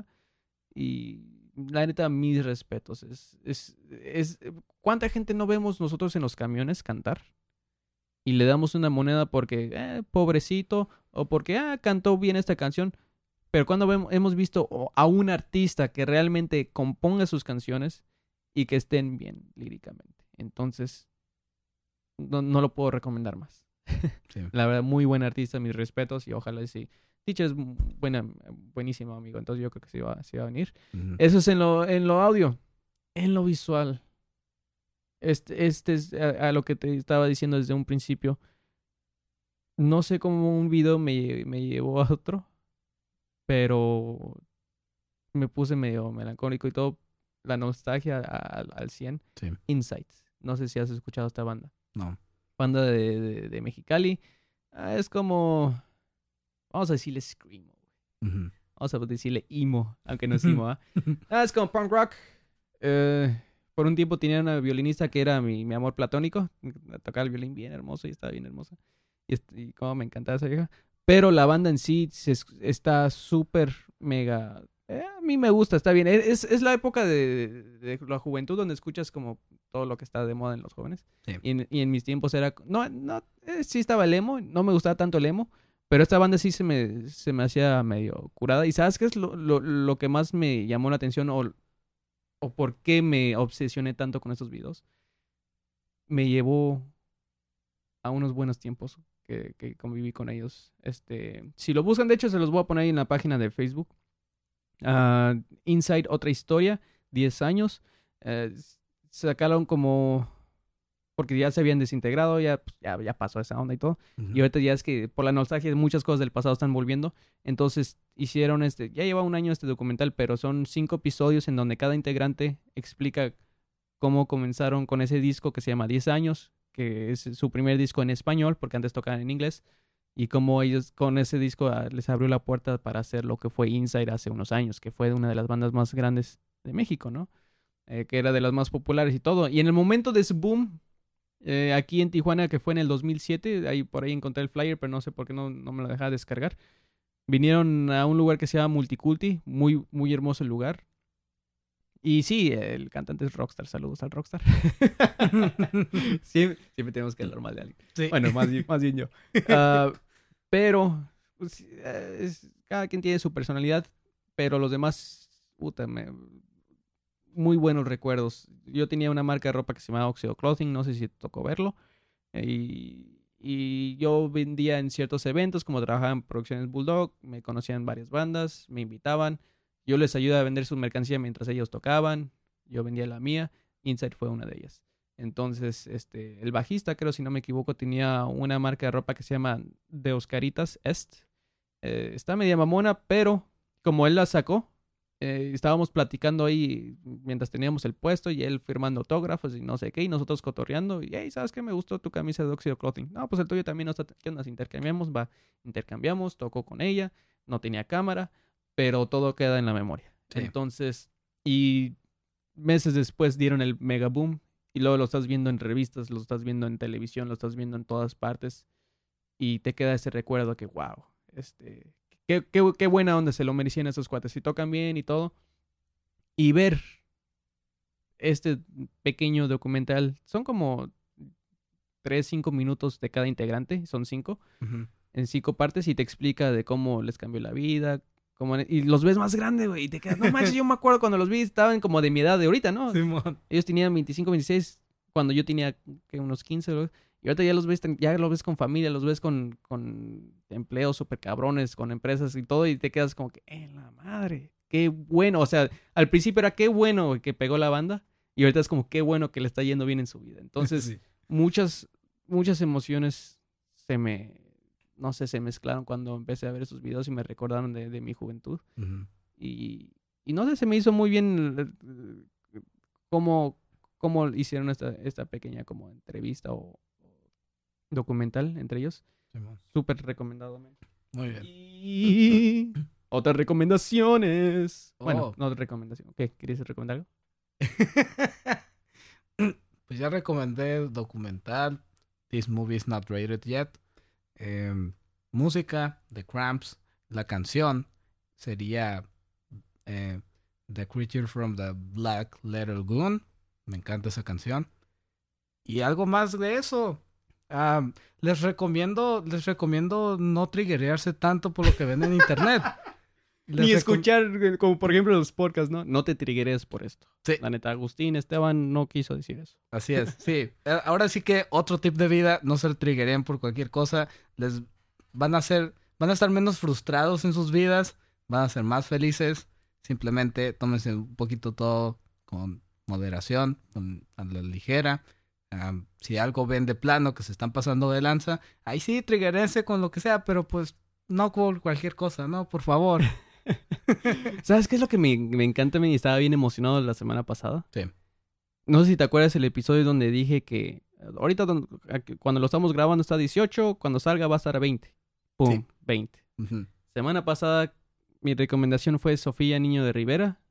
Y la neta, mis respetos. Es, es, es, ¿cuánta gente no vemos nosotros en los camiones cantar? Y le damos una moneda porque, eh, pobrecito, o porque, ah, cantó bien esta canción. Pero cuando vemos, hemos visto o- a un artista que realmente componga sus canciones y que estén bien líricamente. Entonces, no, no lo puedo recomendar más. Sí. La verdad, muy buen artista, mis respetos y ojalá y sí. Teacher es buena, buenísimo amigo, entonces yo creo que sí va, sí va a venir. Ujú. Eso es en lo, en lo audio. En lo visual. Este, este es a, a lo que te estaba diciendo desde un principio. No sé cómo un video me, me llevó a otro, pero me puse medio melancólico y todo. La nostalgia a- al al cien. Sí. Insights. No sé si has escuchado esta banda. No. Banda de, de, de Mexicali. Ah, es como... Vamos a decirle screamo. Ujú. Vamos a decirle emo, aunque no es emo, ¿ah? Ah, es como punk rock. Eh, por un tiempo tenía una violinista que era mi, mi amor platónico. Tocaba el violín bien hermoso y estaba bien hermosa. Y, est- y cómo me encantaba esa vieja. Pero la banda en sí se es- está súper mega... eh, a mí me gusta, está bien. Es, es la época de, de la juventud donde escuchas como todo lo que está de moda en los jóvenes. Sí. Y, en, y en mis tiempos era... No, no, eh, sí estaba el emo, no me gustaba tanto el emo. Pero esta banda sí se me, se me hacía medio curada. ¿Y sabes qué es lo, lo, lo que más me llamó la atención o, o por qué me obsesioné tanto con estos videos? Me llevó a unos buenos tiempos que, que conviví con ellos. Este, si lo buscan, de hecho, se los voy a poner ahí en la página de Facebook. Ah, Inside, otra historia, diez años. Eh, sacaron como... Porque ya se habían desintegrado, ya, pues, ya, ya pasó esa onda y todo. Ujú. Y ahorita ya es que por la nostalgia muchas cosas del pasado están volviendo. Entonces hicieron este, ya lleva un año este documental, pero son cinco episodios en donde cada integrante explica cómo comenzaron con ese disco que se llama diez años, que es su primer disco en español, porque antes tocaban en inglés. Y cómo ellos con ese disco ah, les abrió la puerta para hacer lo que fue Inside hace unos años, que fue una de las bandas más grandes de México, ¿no? Eh, que era de las más populares y todo. Y en el momento de ese boom... Eh, aquí en Tijuana, que fue en el dos mil siete, ahí por ahí encontré el flyer, pero no sé por qué no, no me lo dejaba descargar. Vinieron a un lugar que se llama Multiculti, muy, muy hermoso el lugar. Y sí, el cantante es Rockstar, saludos al Rockstar. siempre, siempre tenemos que hablar mal de alguien. Sí. Bueno, más bien, más bien yo. Ah, pero, pues, eh, es- cada quien tiene su personalidad, pero los demás, puta, me, muy buenos recuerdos. Yo tenía una marca de ropa que se llamaba Oxio Clothing, no sé si te tocó verlo. eh, Y, y yo vendía en ciertos eventos, como trabajaba en Producciones Bulldog, me conocían varias bandas, me invitaban. Yo les ayudaba a vender su mercancía mientras ellos tocaban. Yo vendía la mía. Inside fue una de ellas. Entonces, este, el bajista, creo, si no me equivoco, tenía una marca de ropa que se llama De Oscaritas Est. Eh, está media mamona, pero como él la sacó, eh, estábamos platicando ahí mientras teníamos el puesto y él firmando autógrafos y no sé qué, y nosotros cotorreando. Y, hey, ¿sabes qué? Me gustó tu camisa de Oxio Clothing. No, pues el tuyo también. No está... ¿Qué onda? Intercambiamos, va, intercambiamos, tocó con ella, no tenía cámara, pero todo queda en la memoria. Sí. Entonces, y meses después dieron el mega boom y luego lo estás viendo en revistas, lo estás viendo en televisión, lo estás viendo en todas partes y te queda ese recuerdo que, wow, este... Qué, qué, qué buena onda se lo merecían esos cuates. Si tocan bien y todo. Y ver este pequeño documental. Son como tres, cinco minutos de cada integrante. Son cinco. Ujú. En cinco partes. Y te explica de cómo les cambió la vida. Cómo, y los ves más grandes, güey. Y te quedas, no manches, yo me acuerdo cuando los vi. Estaban como de mi edad de ahorita, ¿no? Simón. Ellos tenían veinticinco, veintiséis. Cuando yo tenía que unos quince, ¿no? Y ahorita ya los ves, ya los ves con familia, los ves con, con empleos súper cabrones, con empresas y todo, y te quedas como que, ¡eh, la madre! ¡Qué bueno! O sea, al principio era qué bueno güey, que pegó la banda, y ahorita es como qué bueno que le está yendo bien en su vida. Entonces, Sí. muchas, muchas emociones se me, no sé, se mezclaron cuando empecé a ver esos videos y me recordaron de, de mi juventud. Ujú. Y, y no sé, se me hizo muy bien eh, cómo, cómo hicieron esta, esta pequeña como entrevista o documental entre ellos. Simón. Súper recomendado, man. Muy bien. Y otras recomendaciones. Oh. Bueno, no recomendación. ¿Qué? ¿Querías recomendar algo? Pues ya recomendé el documental This Movie is Not Rated Yet. Em, música, The Cramps. La canción sería eh, The Creature from the Black Letter Lagoon. Me encanta esa canción. Y algo más de eso. Ah, les recomiendo, les recomiendo no triggerearse tanto por lo que ven en internet. Les Ni recom- escuchar, eh, como por ejemplo los podcasts, ¿no? No te triggeres por esto. Sí. La neta, Agustín Esteban no quiso decir eso. Así es, sí. Eh, Ahora sí que otro tip de vida, no se triggeren por cualquier cosa. Les van a hacer, van a estar menos frustrados en sus vidas, van a ser más felices. Simplemente tómense un poquito todo con moderación, con, a la ligera. Ah, si algo ven de plano que se están pasando de lanza, ahí sí, triggerense con lo que sea, pero pues no con cualquier cosa, ¿no? Por favor. ¿Sabes qué es lo que me, me encanta? Me estaba bien emocionado la semana pasada. Sí. No sé si te acuerdas el episodio donde dije que ahorita don- aquí- cuando lo estamos grabando está dieciocho, cuando salga va a estar a veinte. Pum, Sí. veinte. Ujú. Semana pasada mi recomendación fue Sofía Niño de Rivera.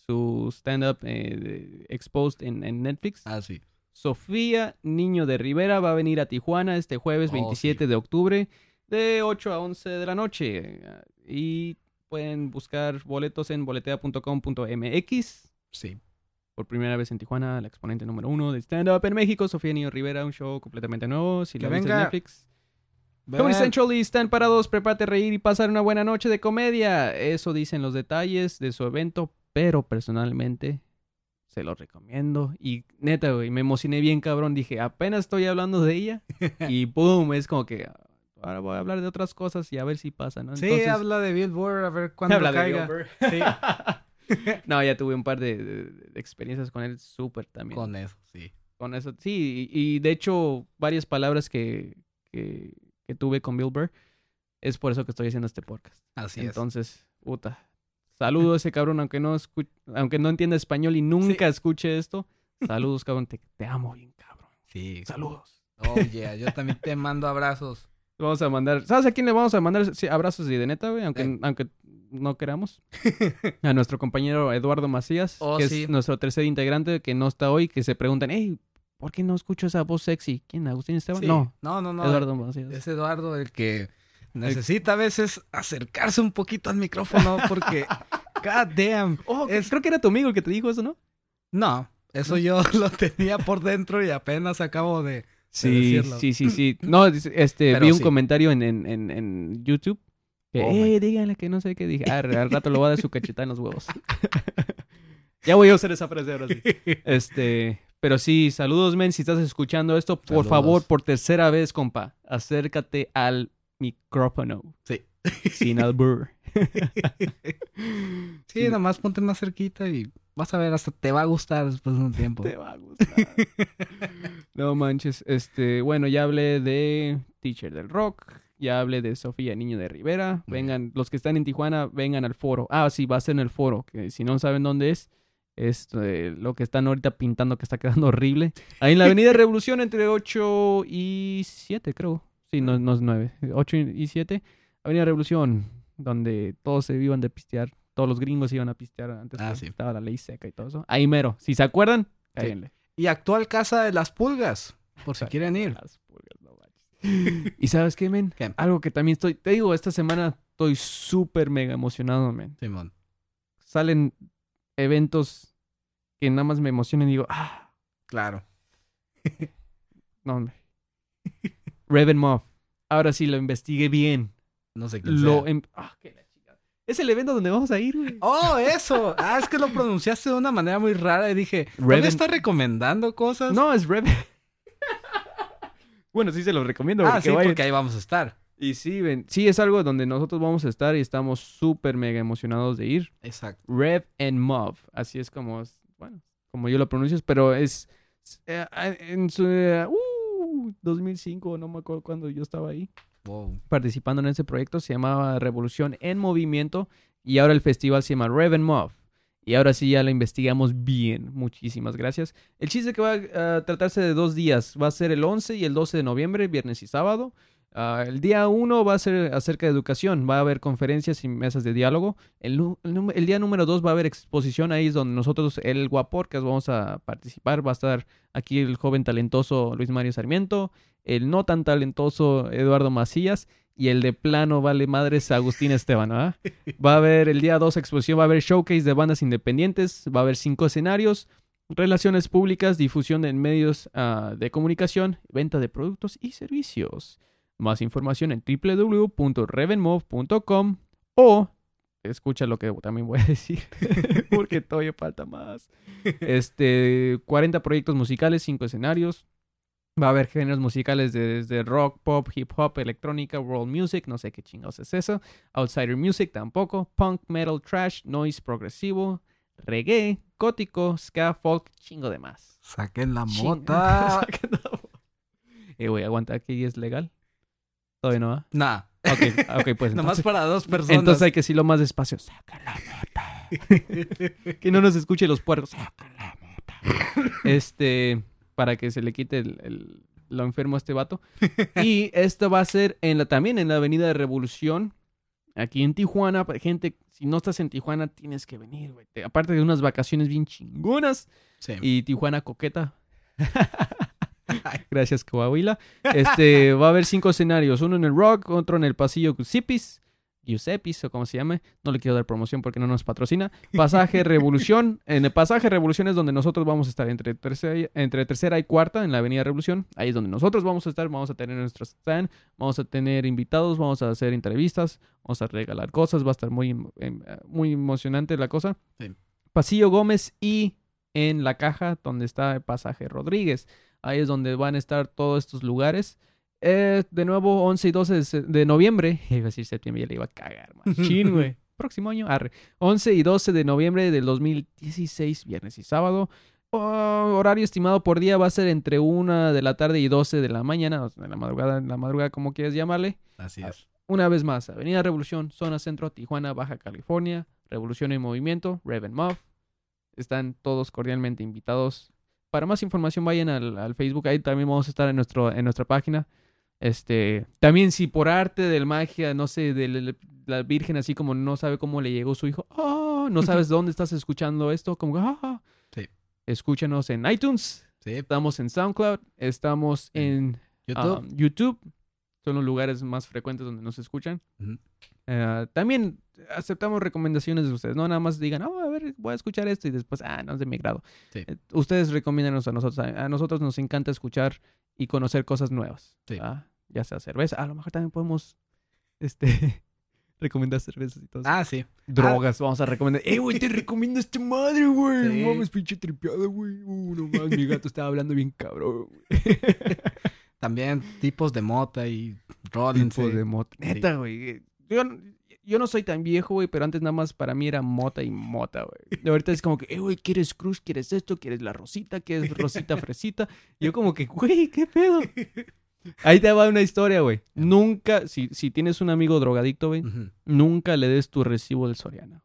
su stand-up eh, exposed en, en Netflix. Ah, sí. Sofía Niño de Rivera va a venir a Tijuana este jueves Oh, veintisiete sí. de octubre de ocho a once de la noche. Y pueden buscar boletos en boletea punto com punto m x. Sí. Por primera vez en Tijuana, la exponente número uno de stand-up en México, Sofía Niño Rivera, un show completamente nuevo. Si Que lo viste en venga. Netflix. Vean. Comedy Central y están parados, prepárate a reír y pasar una buena noche de comedia. Eso dicen los detalles de su evento, pero personalmente se lo recomiendo. Y neta, güey, me emocioné bien cabrón. Dije, apenas estoy hablando de ella y boom, es como que ahora voy a hablar de otras cosas y a ver si pasa, ¿no? Sí, Entonces, habla de Bill Burr, a ver cuándo habla de caiga. Bill Burr. Sí. No, ya tuve un par de, de- de experiencias con él súper también. Con eso, sí. Con eso, sí, y, y de hecho, varias palabras que, que, que tuve con Bill Burr, es por eso que estoy haciendo este podcast. Así Entonces, puta, saludo a ese cabrón, aunque no escu- aunque no entienda español y nunca escuche esto, saludos, cabrón, te, te amo bien, cabrón. es. Sí. Saludos. Oh, yeah, yo también te mando abrazos. Vamos a mandar, ¿sabes a quién le vamos a mandar sí, abrazos y de neta, güey? Aunque, Eh. aunque no queramos. A nuestro compañero Eduardo Macías, Oh, que sí. es nuestro tercer integrante que no está hoy, que se preguntan, hey, ¿por qué no escucho esa voz sexy? ¿Quién? ¿Agustín Esteban? Sí. No, No, no, no. Eduardo Macías. Es Eduardo el que necesita a veces acercarse un poquito al micrófono porque, god damn. Oh, es- creo que era tu amigo el que te dijo eso, ¿no? No, eso ¿No? yo lo tenía por dentro y apenas acabo de... Sí, decirlo. sí, sí, sí. No, dice- este, Pero vi un sí. comentario en, en, en, en YouTube que, Oh, eh, díganle que no sé qué. Dije, ah, al rato lo voy a dar su cachetada en los huevos. Ya voy a usar esa frase ahora sí. Este, pero sí, saludos, men. Si estás escuchando esto, por Saludos. favor, por tercera vez, compa, acércate al micrófono. Sí. Sin albur. Sí, Sí. nomás ponte más cerquita y vas a ver, hasta te va a gustar después de un tiempo. Te va a gustar. No manches. Este, bueno, ya hablé de Teacher del Rock. Ya hablé de Sofía Niño de Rivera. Muy Vengan, los que están en Tijuana, vengan al foro. Ah, sí, va a ser en el foro. Que si no saben dónde es, es eh, lo que están ahorita pintando que está quedando horrible. Ahí en la Avenida Revolución entre ocho y siete, creo. Sí, no, no es nueve. ocho y siete. Avenida Revolución, donde todos se iban de pistear. Todos los gringos iban a pistear antes Ah, que sí. estaba la ley seca y todo eso. Ahí mero. Si se acuerdan, cáiganle. Y actual Casa de las Pulgas, por si quieren ir. Las pulgas, no manches. ¿Y sabes qué, men? ¿Qué? Algo que también estoy... Te digo, esta semana estoy súper mega emocionado, men. Simón. Salen eventos que nada más me emocionan y digo, ah, Claro. no, hombre. Raven Muff. Ahora sí lo investigué bien. No sé quién Lo sea. em- ah, qué la chingada. Es el evento donde vamos a ir, güey. ¡Oh, eso! Ah, es que lo pronunciaste de una manera muy rara y dije, ¿no Raven- me estás recomendando cosas? No, es Raven. Bueno, sí se los recomiendo. Ah, porque sí, vayan. porque ahí vamos a estar. Y sí, ven, sí es algo donde nosotros vamos a estar y estamos súper mega emocionados de ir. Exacto. Rev and Mov, así es como, es- bueno, como yo lo pronuncio, pero es eh, en su eh, uh, dos mil cinco, no me acuerdo cuándo yo estaba ahí Wow. participando en ese proyecto, se llamaba Revolución en Movimiento y ahora el festival se llama Rev and Mov. Y ahora sí ya lo investigamos bien. Muchísimas gracias. El chiste que va a tratarse de dos días. Va a ser el once y el doce de noviembre, viernes y sábado. Ah, el día uno va a ser acerca de educación. Va a haber conferencias y mesas de diálogo. El, nu- el, num- el día número dos va a haber exposición. Ahí es donde nosotros, el Guaporcas, vamos a participar. Va a estar aquí el joven talentoso Luis Mario Sarmiento. El no tan talentoso Eduardo Macías. Y el de plano vale madres Agustín Esteban, ¿ah? Va a haber el día dos exposición, va a haber showcase de bandas independientes, va a haber cinco escenarios, relaciones públicas, difusión en medios ah, de comunicación, venta de productos y servicios. Más información en w w w punto revenmov punto com o escucha lo que también voy a decir porque todavía falta más. Este, cuarenta proyectos musicales, cinco escenarios. Va a haber géneros musicales de- desde rock, pop, hip hop, electrónica, world music, no sé qué chingados es eso. Outsider music tampoco. Punk, metal, trash, noise progresivo, reggae, gótico, ska, folk, chingo de más. Saquen la Ching- mota. Saquen la mota. Eh, güey, aguanta, ¿aquí es legal? Todavía no, ¿ah? Nah. Ok, ok, pues Nomás entonces, para dos personas. entonces hay que decirlo más despacio. Saca la mota. Que no nos escuche los puercos. Saca la mota. Este... para que se le quite el, el- lo enfermo a este vato. Y esto va a ser en la, también en la Avenida de Revolución, Aquí en Tijuana, pa- gente, si no estás en Tijuana, tienes que venir, güey. Te- Aparte de unas vacaciones bien chingonas Sí. y Tijuana coqueta. Gracias, Coahuila. Este, va a haber cinco escenarios. Uno en el Rock, otro en el Pasillo Giuseppe's. Giuseppe's, o como se llame. No le quiero dar promoción porque no nos patrocina. Pasaje Revolución. En el Pasaje Revolución es donde nosotros vamos a estar. Entre tercera, entre tercera y cuarta en la Avenida Revolución. Ahí es donde nosotros vamos a estar. Vamos a tener nuestro stand. Vamos a tener invitados. Vamos a hacer entrevistas. Vamos a regalar cosas. Va a estar muy, em, muy emocionante la cosa. Sí. Pasillo Gómez y en la caja donde está el Pasaje Rodríguez. Ahí es donde van a estar todos estos lugares. Eh, de nuevo, once y doce de, se- de noviembre. Iba a decir septiembre, ya le iba a cagar, machín, güey. Próximo año, arre. once y doce de noviembre del dos mil dieciséis, viernes y sábado. Oh, horario estimado por día va a ser entre una de la tarde y doce de la mañana. O sea, en la madrugada, en la madrugada, como quieras llamarle. Así es. Una vez más, Avenida Revolución, Zona Centro, Tijuana, Baja California. Revolución en Movimiento, Raven Muff. Están todos cordialmente invitados. Para más información vayan al, al Facebook. Ahí también vamos a estar en, nuestro, en nuestra página. Este, también si por arte del magia, no sé, de la, la Virgen así como no sabe cómo le llegó su hijo. ¡Ah! No sabes dónde estás escuchando esto. Como, ¡ah! Sí. Escúchanos en iTunes. Sí. Estamos en SoundCloud. Estamos en YouTube. um, YouTube. Son los lugares más frecuentes donde nos escuchan. Ujú. Eh, también aceptamos recomendaciones de ustedes. No nada más digan, oh, a ver, voy a escuchar esto y después, ah, no es de mi grado. Sí. Eh, ustedes recomiéndanos a nosotros. A, a nosotros nos encanta escuchar y conocer cosas nuevas. Sí. ¿Ah? Ya sea cerveza. A lo mejor también podemos este, recomendar cervezas y todo eso. Ah, sí. Drogas, vamos a recomendar. ¡Eh, güey, te recomiendo esta madre, güey! Sí. No mames, pinche tripeada, güey. Uh, no mames, mi gato estaba hablando bien cabrón, güey. También tipos de mota y rolling. Tipo de mota. Neta, güey. Yo, yo no soy tan viejo, güey, pero antes nada más para mí era mota y mota, güey. De ahorita es como que, eh, güey, ¿quieres cruz? ¿Quieres esto? ¿Quieres la rosita? ¿Quieres rosita fresita? Y yo como que, güey, ¿qué pedo? Ahí te va una historia, güey. Nunca, si, si tienes un amigo drogadicto, güey, Ujú. nunca le des tu recibo del Soriana.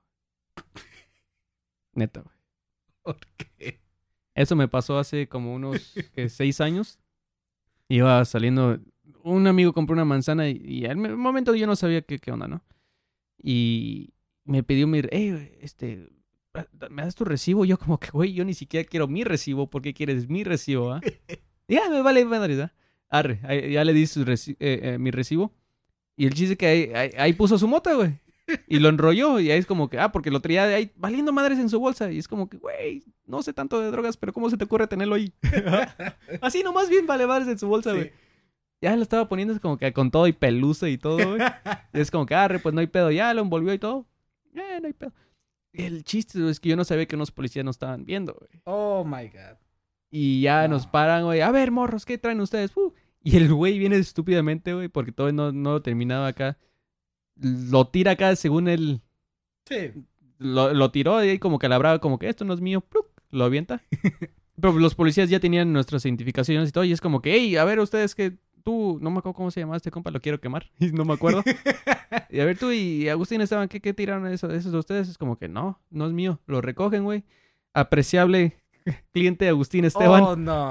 Neta, güey. ¿Por qué? Eso me pasó hace como unos ¿qué? seis años. Iba saliendo, un amigo compró una manzana y, y al me- momento yo no sabía qué, qué onda, ¿no? Y me pidió mi, hey, este, ¿me das tu recibo? Yo como que, güey, yo ni siquiera quiero mi recibo, ¿por qué quieres mi recibo, ah? Ya, me vale madre, ¿ah? Arre, ahí- ya le di su reci- eh, eh, mi recibo. Y el chiste que ahí, ahí, ahí puso su mota, güey. Y lo enrolló y ahí es como que, ah, porque lo traía de ahí valiendo madres en su bolsa. Y es como que, güey, no sé tanto de drogas, pero ¿cómo se te ocurre tenerlo ahí? Así nomás bien vale madres en su bolsa, Sí. güey. Ya lo estaba poniendo como que con todo y pelusa y todo, güey. Y es como que, arre, pues no hay pedo. Ya lo envolvió y todo. Eh, no hay pedo. El chiste güey, es que yo no sabía que unos policías nos estaban viendo, güey. Oh my God. Y ya No. nos paran, güey. A ver, morros, ¿qué traen ustedes? Uh. Y el güey viene estúpidamente, güey, porque todavía no, no lo terminaba acá. Lo tira acá según él. Sí. Lo, lo tiró y ahí como que la brava, como que esto no es mío. ¡Pluc! Lo avienta. Pero los policías ya tenían nuestras identificaciones y todo. Y es como que, hey, a ver, ustedes que tú, no me acuerdo cómo se llamaba este compa, lo quiero quemar. Y no me acuerdo. Y a ver, tú y Agustín estaban, ¿qué, qué tiraron eso, esos de ustedes? Es como que no, no es mío. Lo recogen, güey. Apreciable cliente Agustín Esteban. Oh, no.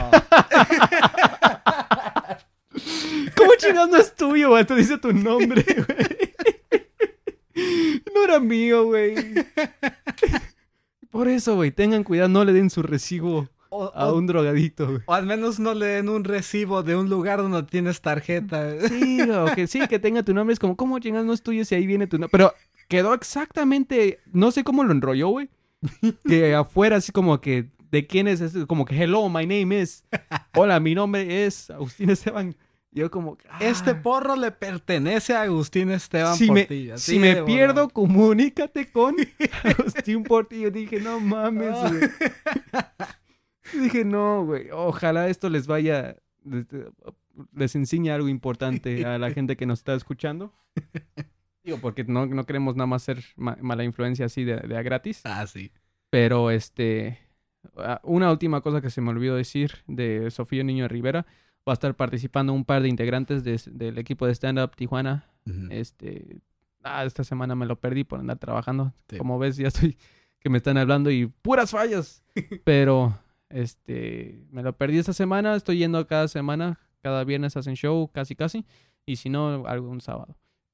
¿Cómo chingados no es tuyo, güey? Te dice tu nombre, güey. No era mío, güey. Por eso, güey, tengan cuidado, no le den su recibo O, a o- un drogadicto, güey. o al menos no le den un recibo de un lugar donde tienes tarjeta. Sí, o que sí, que tenga tu nombre. Es como, ¿cómo chingados no es tuyo si ahí viene tu nombre? Pero quedó exactamente, no sé cómo lo enrolló, güey. Que afuera así como que, ¿de quién es? Es como que, hello, my name is. Hola, mi nombre es Agustín Esteban. Yo como, ah, Este porro le pertenece a Agustín Esteban si me, Portilla. si Sí, me de pierdo, volada. comunícate con Agustín Portillo. Dije, no mames, güey. Dije, no, güey. Ojalá esto les vaya, les, les enseñe algo importante a la gente que nos está escuchando. Digo, porque no, no queremos nada más ser ma- mala influencia así de, de a gratis. Ah, sí. Pero, este... ah, una última cosa que se me olvidó decir de Sofía Niño de Rivera. Va a estar participando un par de integrantes de- del equipo de stand-up Tijuana. Ujú. Este, ah, esta semana me lo perdí por andar trabajando. Sí. Como ves, ya estoy que me están hablando y puras fallas. Pero, este, me lo perdí esta semana. Estoy yendo cada semana. Cada viernes hacen show, casi, casi. Y si no, algún sábado.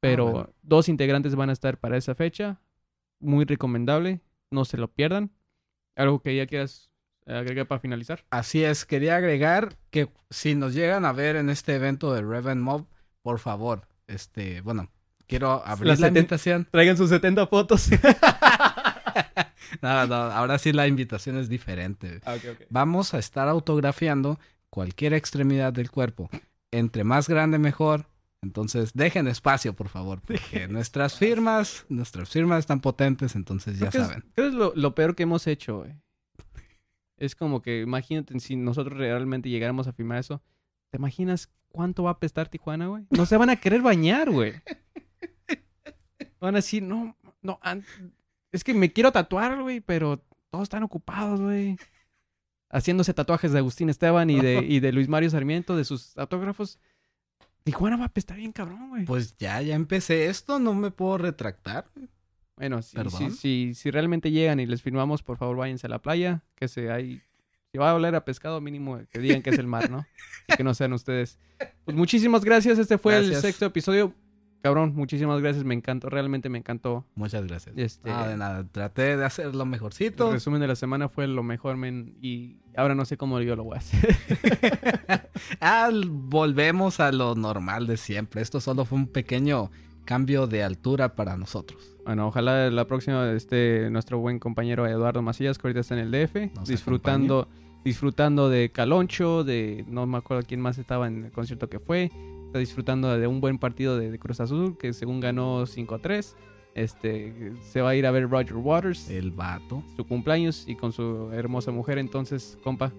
Pero Ah, bueno. dos integrantes van a estar para esa fecha. Muy recomendable. No se lo pierdan. ¿Algo que ya quieras agregar para finalizar? Así es, quería agregar que si nos llegan a ver en este evento de Reven Mob, por favor, este, bueno, quiero abrir Las la seten- invitación. Traigan sus setenta fotos. No, no, ahora sí la invitación es diferente. Ah, ok, ok. Vamos a estar autografiando cualquier extremidad del cuerpo. Entre más grande, mejor. Entonces, dejen espacio, por favor, porque nuestras firmas, nuestras firmas están potentes, entonces ya Creo que saben. Es, creo que es lo, lo peor que hemos hecho, güey. Es como que, imagínate, si nosotros realmente llegáramos a firmar eso, ¿te imaginas cuánto va a apestar Tijuana, güey? No se van a querer bañar, güey. Van a decir, no, no, an- es que me quiero tatuar, güey, pero todos están ocupados, güey. Haciéndose tatuajes de Agustín Esteban y de, y de Luis Mario Sarmiento, de sus autógrafos. Tijuana va a apestar bien cabrón, güey. Pues ya, ya empecé esto, no me puedo retractar. Bueno, si, ¿Perdón? si, si, si realmente llegan y les firmamos, por favor, váyanse a la playa. Que se hay... Si va a oler a pescado, mínimo que digan que es el mar, ¿no? Y que no sean ustedes. Pues muchísimas gracias. Este fue el Gracias. sexto episodio. Cabrón, muchísimas gracias. Me encantó. Realmente me encantó. Muchas gracias. Este, Ah, de nada, traté de hacer lo el mejorcito. resumen de la semana fue lo mejor, men. Y ahora no sé cómo yo lo voy a hacer. Ah, volvemos a lo normal de siempre. Esto solo fue un pequeño cambio de altura para nosotros. Bueno, ojalá la próxima esté nuestro buen compañero Eduardo Macías, que ahorita está en el D F, Nos disfrutando, disfrutando de Caloncho, de no me acuerdo quién más estaba en el concierto que fue, está disfrutando de un buen partido de, de Cruz Azul, que según ganó cinco a tres. Este, se va a ir a ver Roger Waters, El vato. su cumpleaños, y con su hermosa mujer. Entonces, compa,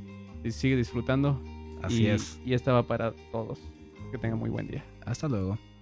sigue disfrutando. Así y, es. Y esta va para todos. Que tengan muy buen día. Hasta luego.